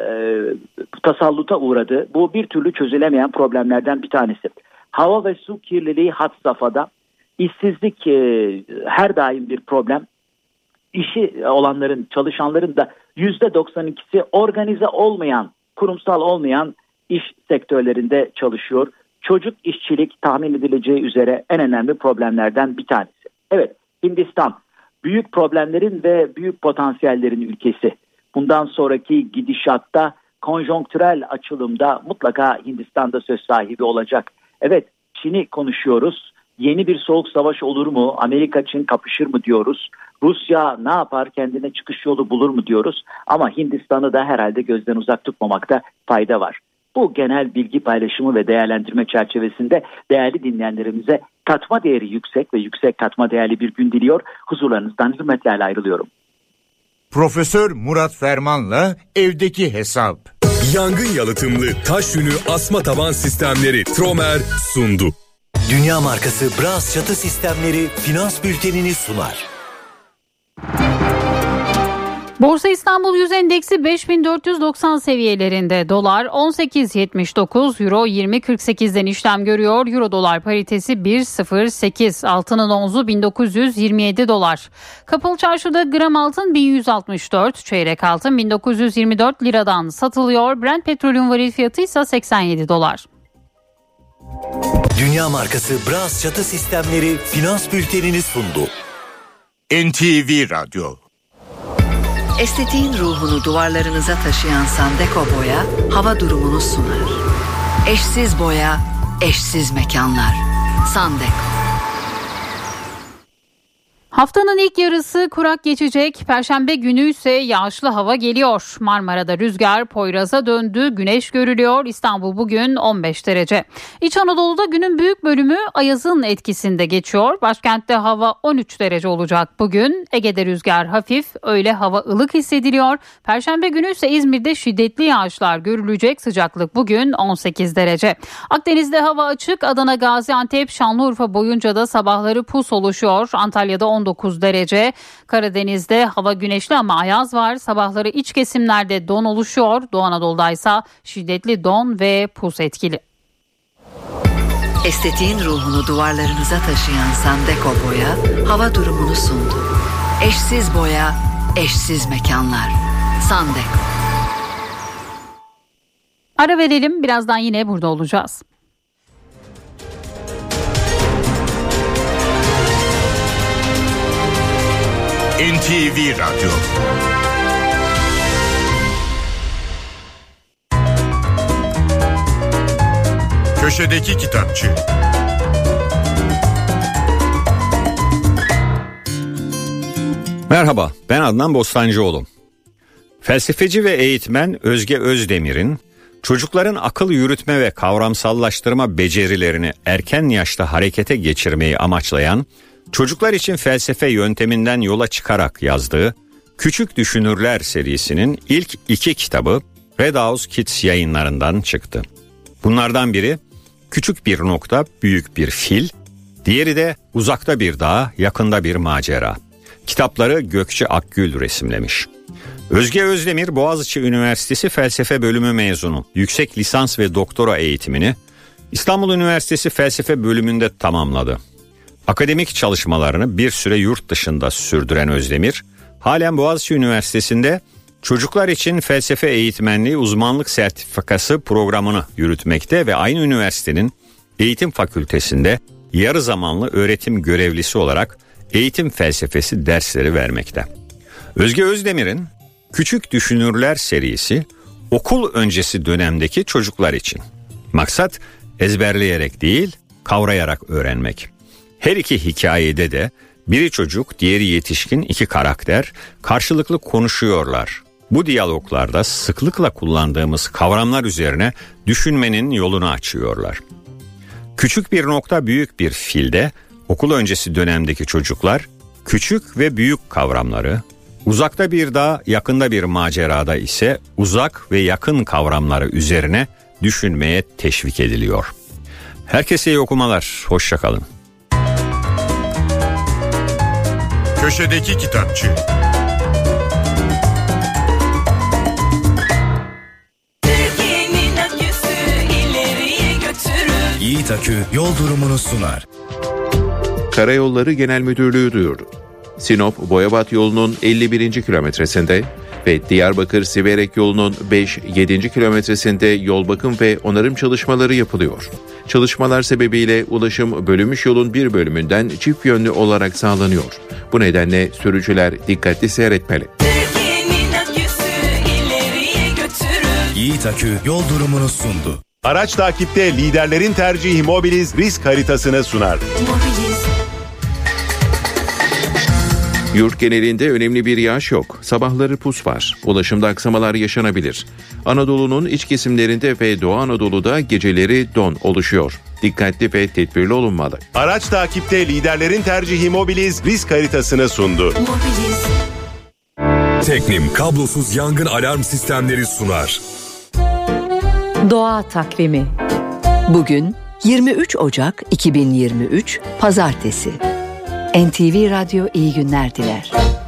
tasalluta uğradı. Bu bir türlü çözülemeyen problemlerden bir tanesi. Hava ve su kirliliği had safhada. İşsizlik e, her daim bir problem. İşi olanların, çalışanların da yüzde doksan ikisi organize olmayan, kurumsal olmayan iş sektörlerinde çalışıyor. Çocuk işçilik tahmin edileceği üzere en önemli problemlerden bir tanesi. Evet, Hindistan büyük problemlerin ve büyük potansiyellerin ülkesi. Bundan sonraki gidişatta, konjonktürel açılımda mutlaka Hindistan'da söz sahibi olacak. Evet, Çin'i konuşuyoruz. Yeni bir soğuk savaş olur mu? Amerika Çin kapışır mı diyoruz? Rusya ne yapar? Kendine çıkış yolu bulur mu diyoruz? Ama Hindistan'ı da herhalde gözden uzak tutmamakta fayda var. Bu genel bilgi paylaşımı ve değerlendirme çerçevesinde değerli dinleyenlerimize katma değeri yüksek ve yüksek katma değerli bir gün diliyor. Huzurlarınızdan hürmetlerle ayrılıyorum. Profesör Murat Ferman'la evdeki hesap. Yangın yalıtımlı taş yünü asma taban sistemleri Tromer sundu. Dünya markası Bras çatı sistemleri finans bültenini sunar. Borsa İstanbul Yüz Endeksi beş bin dört yüz doksan seviyelerinde, dolar on sekiz yetmiş dokuz, euro yirmi kırk sekizden işlem görüyor. Euro dolar paritesi bir sıfır sekiz, altının onzu bin dokuz yüz yirmi yedi dolar. Kapalı çarşıda gram altın bin yüz altmış dört, çeyrek altın bin dokuz yüz yirmi dört liradan satılıyor. Brent petrolün varil fiyatı ise seksen yedi dolar. Dünya markası Bras çatı sistemleri finans bültenini sundu. N T V Radyo. Estetiğin ruhunu duvarlarınıza taşıyan Sandeko Boya hava durumunu sunar. Eşsiz boya, eşsiz mekanlar. Sandeko. Haftanın ilk yarısı kurak geçecek. Perşembe günü ise yağışlı hava geliyor. Marmara'da rüzgar Poyraz'a döndü. Güneş görülüyor. İstanbul bugün on beş derece. İç Anadolu'da günün büyük bölümü ayazın etkisinde geçiyor. Başkentte hava on üç derece olacak bugün. Ege'de rüzgar hafif. Öğle hava ılık hissediliyor. Perşembe günü ise İzmir'de şiddetli yağışlar görülecek. Sıcaklık bugün on sekiz derece. Akdeniz'de hava açık. Adana, Gaziantep, Şanlıurfa boyunca da sabahları pus oluşuyor. Antalya'da on dokuz derece. Karadeniz'de hava güneşli ama ayaz var. Sabahları iç kesimlerde don oluşuyor. Doğu Anadolu'da ise şiddetli don ve pus etkili. Estetiğin ruhunu duvarlarınıza taşıyan Sandeko Boya hava durumunu sundu. Eşsiz boya, eşsiz mekanlar. Sandeko. Ara verelim. Birazdan yine burada olacağız. N T V Radyo. Köşedeki Kitapçı. Merhaba, ben Adnan Bostancıoğlu. Felsefeci ve eğitmen Özge Özdemir'in çocukların akıl yürütme ve kavramsallaştırma becerilerini erken yaşta harekete geçirmeyi amaçlayan, çocuklar için felsefe yönteminden yola çıkarak yazdığı Küçük Düşünürler serisinin ilk iki kitabı Red House Kids yayınlarından çıktı. Bunlardan biri Küçük Bir Nokta, Büyük Bir Fil, diğeri de Uzakta Bir Dağ, Yakında Bir Macera. Kitapları Gökçe Akgül resimlemiş. Özge Özdemir, Boğaziçi Üniversitesi Felsefe Bölümü mezunu. Yüksek lisans ve doktora eğitimini İstanbul Üniversitesi Felsefe bölümünde tamamladı. Akademik çalışmalarını bir süre yurt dışında sürdüren Özdemir, halen Boğaziçi Üniversitesi'nde çocuklar için felsefe eğitmenliği uzmanlık sertifikası programını yürütmekte ve aynı üniversitenin eğitim fakültesinde yarı zamanlı öğretim görevlisi olarak eğitim felsefesi dersleri vermekte. Özge Özdemir'in Küçük Düşünürler serisi okul öncesi dönemdeki çocuklar için. Maksat ezberleyerek değil, kavrayarak öğrenmek. Her iki hikayede de biri çocuk, diğeri yetişkin iki karakter karşılıklı konuşuyorlar. Bu diyaloglarda sıklıkla kullandığımız kavramlar üzerine düşünmenin yolunu açıyorlar. Küçük bir nokta büyük bir filde okul öncesi dönemdeki çocuklar küçük ve büyük kavramları, uzakta bir dağ, yakında bir macerada ise uzak ve yakın kavramları üzerine düşünmeye teşvik ediliyor. Herkese iyi okumalar, hoşça kalın. Köşedeki Kitapçı. Yiğit Akü yol durumunu sunar. Karayolları Genel Müdürlüğü duyurdu. Sinop Boyabat yolunun elli birinci kilometresinde ve Diyarbakır Siverek yolunun beş yedinci kilometresinde yol bakım ve onarım çalışmaları yapılıyor. Çalışmalar sebebiyle ulaşım bölünmüş yolun bir bölümünden çift yönlü olarak sağlanıyor. Bu nedenle sürücüler dikkatli seyretmeli. Yiğit Akü yol durumunu sundu. Araç takipte liderlerin tercihi Mobiliz risk haritasını sunar. Yurt genelinde önemli bir yağış yok. Sabahları pus var. Ulaşımda aksamalar yaşanabilir. Anadolu'nun iç kesimlerinde ve Doğu Anadolu'da geceleri don oluşuyor. Dikkatli ve tedbirli olunmalı. Araç takipte liderlerin tercihi Mobiliz risk haritasını sundu. Teknim kablosuz yangın alarm sistemleri sunar. Doğa takvimi. Bugün yirmi üç Ocak iki bin yirmi üç Pazartesi. N T V Radyo iyi günler diler.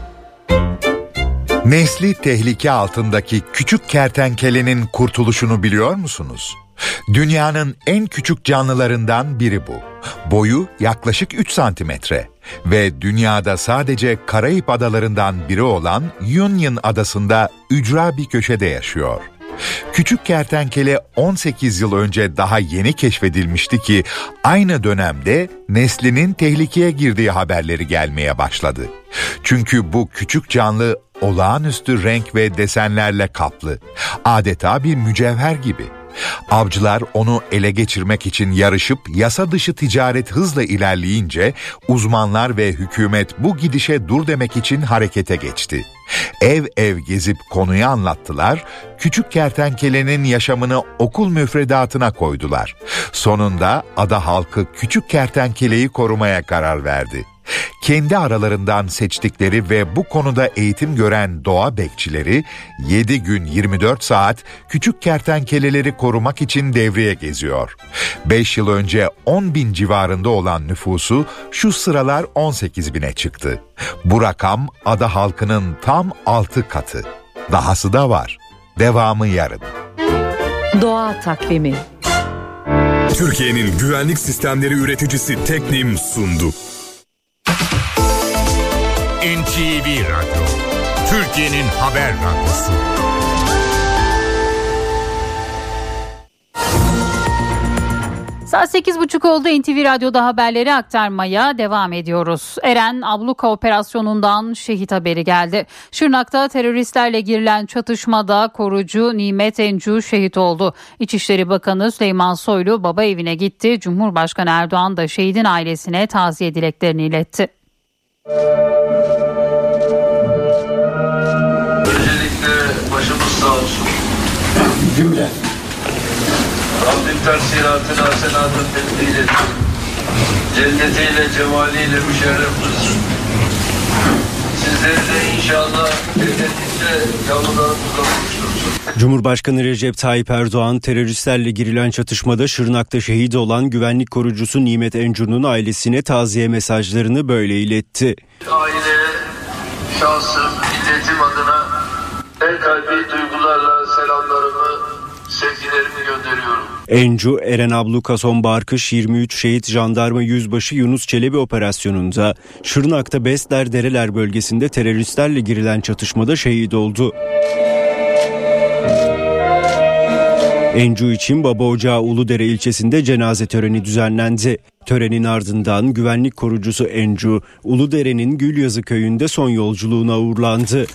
Nesli tehlike altındaki küçük kertenkelenin kurtuluşunu biliyor musunuz? Dünyanın en küçük canlılarından biri bu. Boyu yaklaşık üç santimetre ve dünyada sadece Karayip adalarından biri olan Union adasında ücra bir köşede yaşıyor. Küçük kertenkele on sekiz yıl önce daha yeni keşfedilmişti ki aynı dönemde neslinin tehlikeye girdiği haberleri gelmeye başladı. Çünkü bu küçük canlı olağanüstü renk ve desenlerle kaplı. Adeta bir mücevher gibi. Avcılar onu ele geçirmek için yarışıp yasa dışı ticaret hızla ilerleyince uzmanlar ve hükümet bu gidişe dur demek için harekete geçti. Ev ev gezip konuyu anlattılar, küçük kertenkelenin yaşamını okul müfredatına koydular. Sonunda ada halkı küçük kertenkeleyi korumaya karar verdi. Kendi aralarından seçtikleri ve bu konuda eğitim gören doğa bekçileri yedi gün yirmi dört saat küçük kertenkeleleri korumak için devreye geziyor. beş yıl önce on bin civarında olan nüfusu şu sıralar on sekiz bine çıktı. Bu rakam ada halkının tam altı katı. Dahası da var. Devamı yarın. Doğa takvimi. Türkiye'nin güvenlik sistemleri üreticisi Teknim sundu. N T V Radyo, Türkiye'nin haber radyosu. Saat sekiz buçuk oldu. N T V Radyo'da haberleri aktarmaya devam ediyoruz. Eren abluka operasyonundan şehit haberi geldi. Şırnak'ta teröristlerle girilen çatışmada korucu Nimet Encu şehit oldu. İçişleri Bakanı Süleyman Soylu baba evine gitti. Cumhurbaşkanı Erdoğan da şehidin ailesine taziye dileklerini iletti. Öncelikle başımız sağ olsun. Cümle. Rabbim tersilatını hasenatını tebdil etsin. Cennetiyle, cemaliyle müşerref kılsın. Sizleri de inşallah cennetinde yavrularımızla buluştursun. Cumhurbaşkanı Recep Tayyip Erdoğan teröristlerle girilen çatışmada Şırnak'ta şehit olan güvenlik korucusu Nimet Encu'nun ailesine taziye mesajlarını böyle iletti. Aileye, şahsım, milletim adına en kalbi duygularla selamlarımı, sevgilerimi gönderiyorum. Encu, Eren Abluka Sonbarkış yirmi üç şehit jandarma yüzbaşı Yunus Çelebi operasyonunda Şırnak'ta Besler Dereler bölgesinde teröristlerle girilen çatışmada şehit oldu. Encu için Baba Ocağı Uludere ilçesinde cenaze töreni düzenlendi. Törenin ardından güvenlik korucusu Encu, Uludere'nin Gülyazı köyünde son yolculuğuna uğurlandı.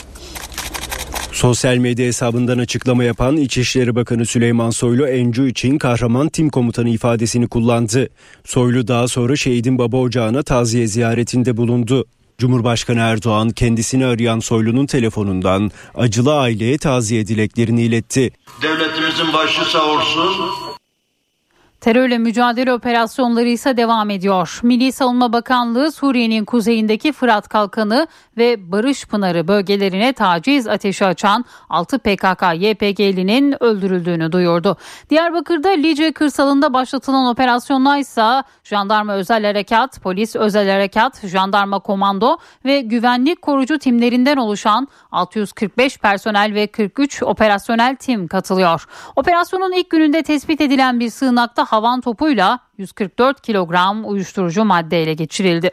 Sosyal medya hesabından açıklama yapan İçişleri Bakanı Süleyman Soylu, Encu için kahraman tim komutanı ifadesini kullandı. Soylu daha sonra şehidin baba ocağına taziye ziyaretinde bulundu. Cumhurbaşkanı Erdoğan kendisini arayan Soylu'nun telefonundan acılı aileye taziye dileklerini iletti. Devletimizin başı sağ olsun. Terörle mücadele operasyonları ise devam ediyor. Milli Savunma Bakanlığı Suriye'nin kuzeyindeki Fırat Kalkanı ve Barış Pınarı bölgelerine taciz ateşi açan altı P K K Y P G'linin öldürüldüğünü duyurdu. Diyarbakır'da Lice kırsalında başlatılan operasyonla ise Jandarma Özel Harekat, Polis Özel Harekat, Jandarma Komando ve Güvenlik Korucu timlerinden oluşan altı yüz kırk beş personel ve kırk üç operasyonel tim katılıyor. Operasyonun ilk gününde tespit edilen bir sığınakta havan topuyla yüz kırk dört kilogram uyuşturucu madde ele geçirildi.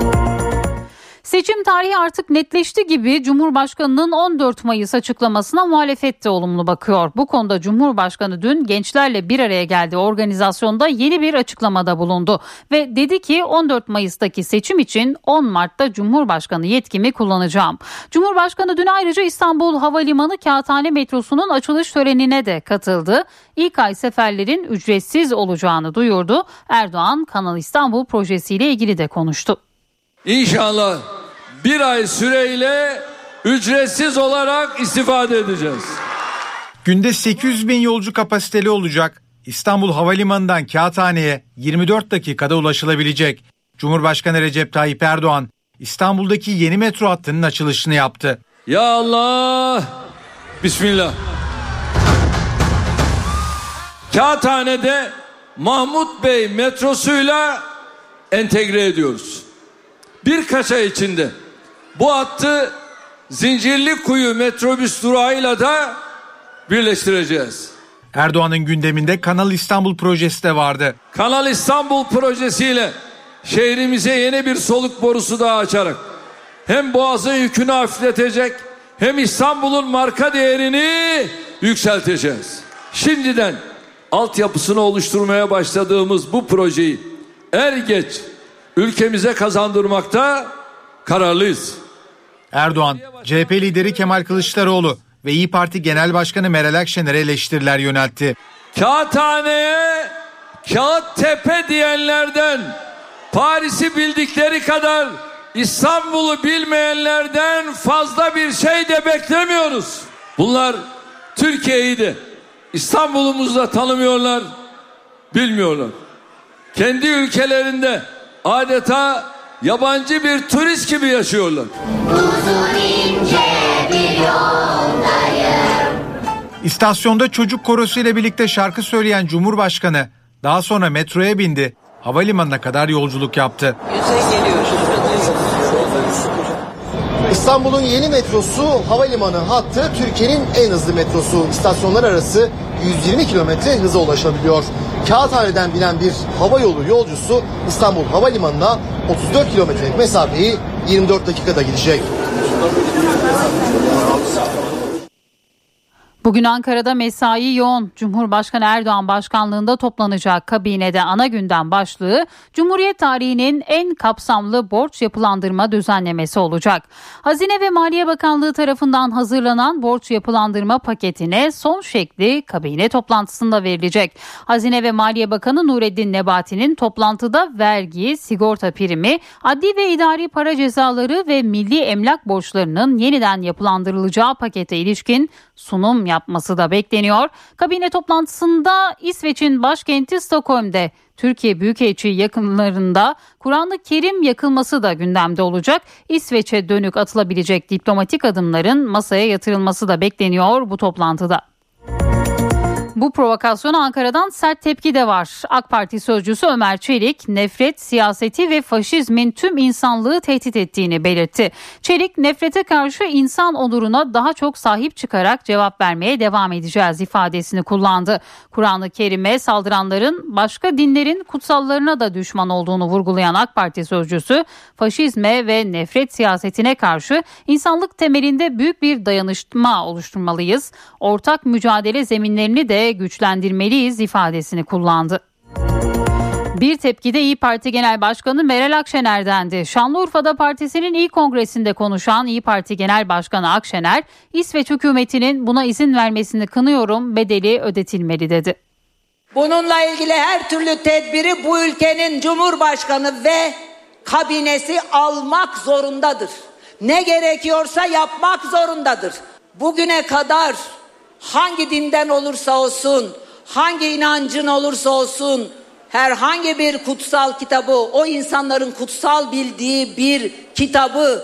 Seçim tarihi artık netleşti gibi Cumhurbaşkanı'nın on dört Mayıs açıklamasına muhalefet de olumlu bakıyor. Bu konuda Cumhurbaşkanı dün gençlerle bir araya geldiği organizasyonda yeni bir açıklamada bulundu. Ve dedi ki on dört Mayıs'taki seçim için on Mart'ta Cumhurbaşkanı yetkimi kullanacağım. Cumhurbaşkanı dün ayrıca İstanbul Havalimanı Kağıthane metrosunun açılış törenine de katıldı. İlk ay seferlerin ücretsiz olacağını duyurdu. Erdoğan Kanal İstanbul projesiyle ilgili de konuştu. İnşallah bir ay süreyle ücretsiz olarak istifade edeceğiz. Günde sekiz yüz bin yolcu kapasiteli olacak. İstanbul Havalimanı'ndan Kağıthane'ye yirmi dört dakikada ulaşılabilecek. Cumhurbaşkanı Recep Tayyip Erdoğan İstanbul'daki yeni metro hattının açılışını yaptı. Ya Allah! Bismillah. Kağıthane'de Mahmut Bey metrosuyla entegre ediyoruz. Birkaç ay içinde bu hattı Zincirlikuyu metrobüs durağıyla da birleştireceğiz. Erdoğan'ın gündeminde Kanal İstanbul projesi de vardı. Kanal İstanbul projesiyle şehrimize yeni bir soluk borusu daha açarak hem Boğaz'ın yükünü hafifletecek hem İstanbul'un marka değerini yükselteceğiz. Şimdiden altyapısını oluşturmaya başladığımız bu projeyi er geç ülkemize kazandırmakta kararlıyız. Erdoğan, C H P lideri Kemal Kılıçdaroğlu ve İYİ Parti Genel Başkanı Meral Akşener'e eleştiriler yöneltti. Kağıthane'ye Kağıttepe diyenlerden, Paris'i bildikleri kadar İstanbul'u bilmeyenlerden fazla bir şey de beklemiyoruz. Bunlar Türkiye'yi de İstanbul'umuzu da tanımıyorlar, bilmiyorlar. Kendi ülkelerinde adeta yabancı bir turist gibi yaşıyorlar. Uzun ince bir yoldayım. İstasyonda çocuk korosu ile birlikte şarkı söyleyen Cumhurbaşkanı daha sonra metroya bindi, havalimanına kadar yolculuk yaptı. İstanbul'un yeni metrosu havalimanı hattı Türkiye'nin en hızlı metrosu. İstasyonlar arası yüz yirmi kilometre hıza ulaşabiliyor. Kağıthane'den binen bir havayolu yolcusu İstanbul Havalimanı'na otuz dört kilometrelik mesafeyi yirmi dört dakikada gidecek. Bugün Ankara'da mesai yoğun. Cumhurbaşkanı Erdoğan başkanlığında toplanacak kabinede ana gündem başlığı Cumhuriyet tarihinin en kapsamlı borç yapılandırma düzenlemesi olacak. Hazine ve Maliye Bakanlığı tarafından hazırlanan borç yapılandırma paketine son şekli kabine toplantısında verilecek. Hazine ve Maliye Bakanı Nureddin Nebati'nin toplantıda vergi, sigorta primi, adli ve idari para cezaları ve milli emlak borçlarının yeniden yapılandırılacağı pakete ilişkin sunum yapması da bekleniyor. Kabine toplantısında İsveç'in başkenti Stockholm'de Türkiye Büyükelçiliği yakınlarında Kur'an-ı Kerim yakılması da gündemde olacak. İsveç'e dönük atılabilecek diplomatik adımların masaya yatırılması da bekleniyor bu toplantıda. Bu provokasyona Ankara'dan sert tepki de var. AK Parti sözcüsü Ömer Çelik, nefret, siyaseti ve faşizmin tüm insanlığı tehdit ettiğini belirtti. Çelik, nefrete karşı insan onuruna daha çok sahip çıkarak cevap vermeye devam edeceğiz ifadesini kullandı. Kur'an-ı Kerim'e saldıranların başka dinlerin kutsallarına da düşman olduğunu vurgulayan AK Parti sözcüsü, faşizme ve nefret siyasetine karşı insanlık temelinde büyük bir dayanışma oluşturmalıyız. Ortak mücadele zeminlerini de güçlendirmeliyiz ifadesini kullandı. Bir tepki de İYİ Parti Genel Başkanı Meral Akşener'dendi. Şanlıurfa'da partisinin ilk kongresinde konuşan İYİ Parti Genel Başkanı Akşener, İsveç hükümetinin buna izin vermesini kınıyorum, bedeli ödetilmeli dedi. Bununla ilgili her türlü tedbiri bu ülkenin Cumhurbaşkanı ve kabinesi almak zorundadır. Ne gerekiyorsa yapmak zorundadır. Bugüne kadar hangi dinden olursa olsun, hangi inancın olursa olsun, herhangi bir kutsal kitabı, o insanların kutsal bildiği bir kitabı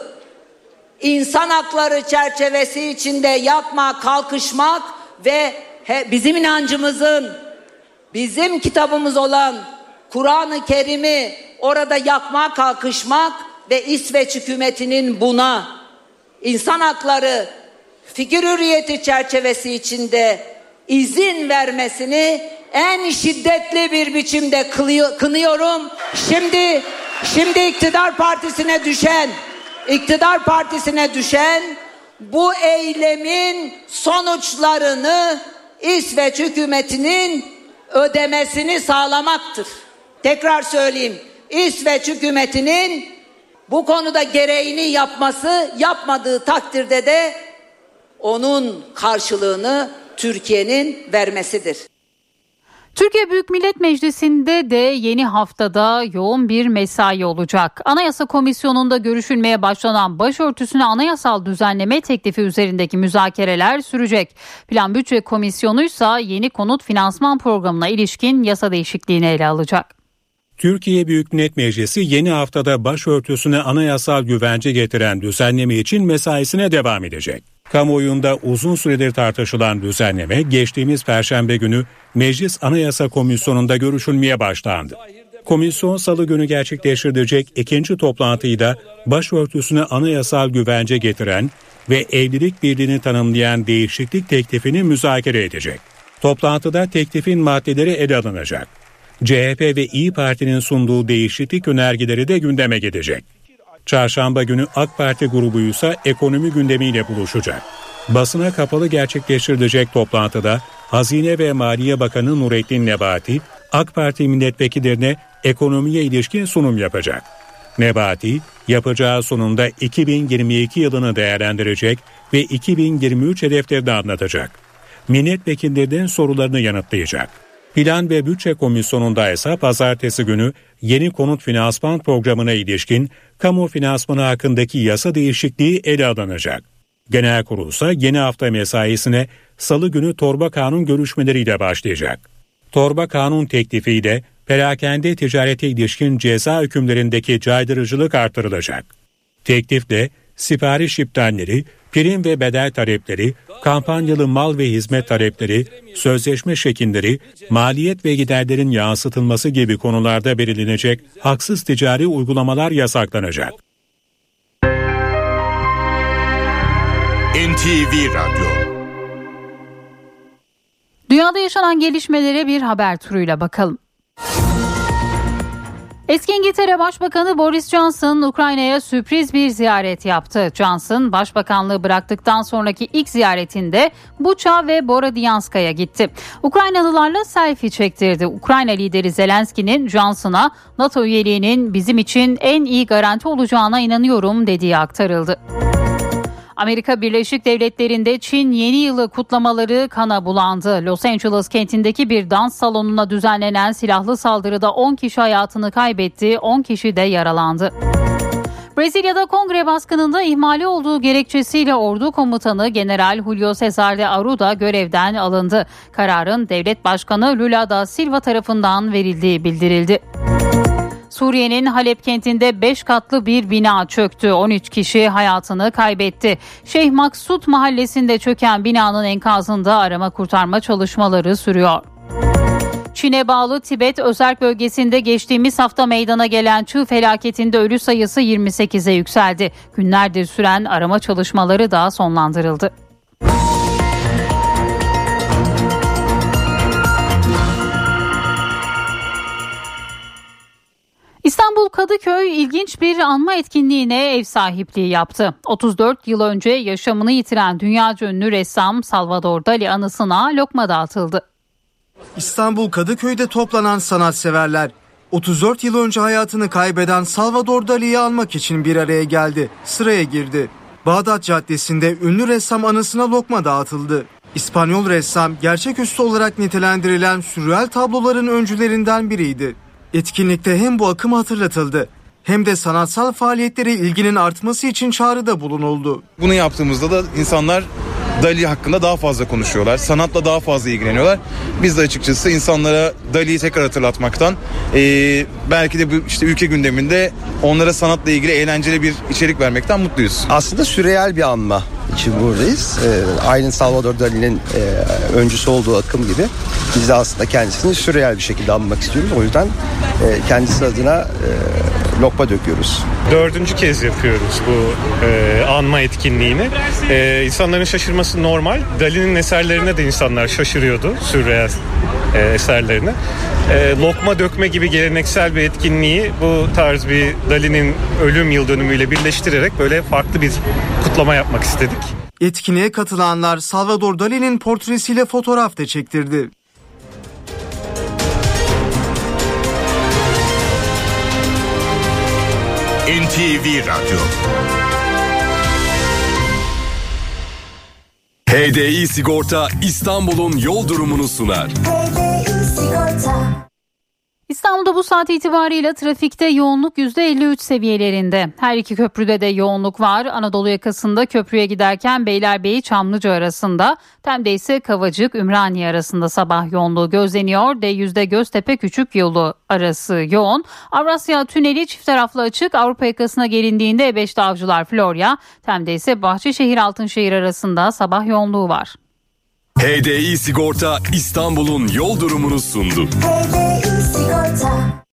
insan hakları çerçevesi içinde yapmak, kalkışmak ve bizim inancımızın, bizim kitabımız olan Kur'an-ı Kerim'i orada yakmak, kalkışmak ve İsveç hükümetinin buna insan hakları, fikir hürriyeti çerçevesi içinde izin vermesini en şiddetli bir biçimde kınıyorum. Şimdi şimdi iktidar partisine düşen, iktidar partisine düşen bu eylemin sonuçlarını İsveç hükümetinin ödemesini sağlamaktır. Tekrar söyleyeyim. İsveç hükümetinin bu konuda gereğini yapması, yapmadığı takdirde de onun karşılığını Türkiye'nin vermesidir. Türkiye Büyük Millet Meclisi'nde de yeni haftada yoğun bir mesai olacak. Anayasa Komisyonu'nda görüşülmeye başlanan başörtüsüne anayasal düzenleme teklifi üzerindeki müzakereler sürecek. Plan Bütçe Komisyonu ise yeni konut finansman programına ilişkin yasa değişikliğini ele alacak. Türkiye Büyük Millet Meclisi yeni haftada başörtüsüne anayasal güvence getiren düzenleme için mesaisine devam edecek. Kamuoyunda uzun süredir tartışılan düzenleme geçtiğimiz Perşembe günü Meclis Anayasa Komisyonu'nda görüşülmeye başlandı. Komisyon Salı günü gerçekleştirecek ikinci toplantıyı da başörtüsüne anayasal güvence getiren ve evlilik birliğini tanımlayan değişiklik teklifini müzakere edecek. Toplantıda teklifin maddeleri ele alınacak. C H P ve İYİ Parti'nin sunduğu değişiklik önergeleri de gündeme gelecek. Çarşamba günü AK Parti grubu ise ekonomi gündemiyle buluşacak. Basına kapalı gerçekleştirilecek toplantıda Hazine ve Maliye Bakanı Nurettin Nebati, AK Parti milletvekillerine ekonomiye ilişkin sunum yapacak. Nebati, yapacağı sunumda iki bin yirmi iki yılını değerlendirecek ve iki bin yirmi üç hedeflerini anlatacak. Milletvekillerinin sorularını yanıtlayacak. Plan ve Bütçe Komisyonu'nda ise pazartesi günü yeni konut finansman programına ilişkin kamu finansmanı hakkındaki yasa değişikliği ele alınacak. Genel kurul ise yeni hafta mesaisine Salı günü torba kanun görüşmeleriyle başlayacak. Torba kanun teklifiyle perakende ticarete ilişkin ceza hükümlerindeki caydırıcılık artırılacak. Teklifle sipariş iptalleri, prim ve bedel talepleri, kampanyalı mal ve hizmet talepleri, sözleşme şekilleri, maliyet ve giderlerin yansıtılması gibi konularda belirlenecek haksız ticari uygulamalar yasaklanacak. N T V Radyo. Dünyada yaşanan gelişmelere bir haber turuyla bakalım. Eski İngiltere Başbakanı Boris Johnson Ukrayna'ya sürpriz bir ziyaret yaptı. Johnson başbakanlığı bıraktıktan sonraki ilk ziyaretinde Buça ve Borodyanska'ya gitti. Ukraynalılarla selfie çektirdi. Ukrayna lideri Zelenski'nin Johnson'a NATO üyeliğinin bizim için en iyi garanti olacağına inanıyorum dediği aktarıldı. Amerika Birleşik Devletleri'nde Çin Yeni Yılı kutlamaları kana bulandı. Los Angeles kentindeki bir dans salonuna düzenlenen silahlı saldırıda on kişi hayatını kaybetti, on kişi de yaralandı. Brezilya'da kongre baskınında ihmali olduğu gerekçesiyle ordu komutanı General Julio Cesar de Arruda görevden alındı. Kararın devlet başkanı Lula da Silva tarafından verildiği bildirildi. Suriye'nin Halep kentinde beş katlı bir bina çöktü. on üç kişi hayatını kaybetti. Şeyh Maksut mahallesinde çöken binanın enkazında arama kurtarma çalışmaları sürüyor. Çin'e bağlı Tibet özerk bölgesinde geçtiğimiz hafta meydana gelen çığ felaketinde ölü sayısı yirmi sekize yükseldi. Günlerdir süren arama çalışmaları da sonlandırıldı. İstanbul Kadıköy ilginç bir anma etkinliğine ev sahipliği yaptı. otuz dört yıl önce yaşamını yitiren dünyaca ünlü ressam Salvador Dali anısına lokma dağıtıldı. İstanbul Kadıköy'de toplanan sanatseverler otuz dört yıl önce hayatını kaybeden Salvador Dali'yi anmak için bir araya geldi. Sıraya girdi. Bağdat Caddesi'nde ünlü ressam anısına lokma dağıtıldı. İspanyol ressam gerçeküstü olarak nitelendirilen sürreal tabloların öncülerinden biriydi. Etkinlikte hem bu akım hatırlatıldı hem de sanatsal faaliyetlere ilginin artması için çağrıda bulunuldu. Bunu yaptığımızda da insanlar Dali hakkında daha fazla konuşuyorlar. Sanatla daha fazla ilgileniyorlar. Biz de açıkçası insanlara Dali'yi tekrar hatırlatmaktan e, belki de bu işte ülke gündeminde onlara sanatla ilgili eğlenceli bir içerik vermekten mutluyuz. Aslında sürreal bir anma için buradayız. E, aynı Salvador Dali'nin e, öncüsü olduğu akım gibi biz de aslında kendisini sürreal bir şekilde anmak istiyoruz. O yüzden e, kendisi adına e, lokma döküyoruz. Dördüncü kez yapıyoruz bu e, anma etkinliğini. E, insanların şaşırması normal. Dali'nin eserlerine de insanlar şaşırıyordu, sürreal e, eserlerine. E, lokma dökme gibi geleneksel bir etkinliği bu tarz bir Dali'nin ölüm yıl dönümüyle birleştirerek böyle farklı bir kutlama yapmak istedik. Etkinliğe katılanlar Salvador Dali'nin portresiyle fotoğraf da çektirdi. N T V Radyo. H D I Sigorta İstanbul'un yol durumunu sunar. İstanbul'da bu saat itibariyle trafikte yoğunluk yüzde elli üç seviyelerinde. Her iki köprüde de yoğunluk var. Anadolu yakasında köprüye giderken Beylerbeyi Çamlıca arasında, Tem'de ise Kavacık Ümraniye arasında sabah yoğunluğu gözleniyor. D yüzde Göztepe Küçük Yolu arası yoğun. Avrasya Tüneli çift taraflı açık. Avrupa yakasına gelindiğinde E beşte Avcılar Florya, Tem'de ise Bahçeşehir Altınşehir arasında sabah yoğunluğu var. H D I Sigorta İstanbul'un yol durumunu sundu. H D I Sigorta.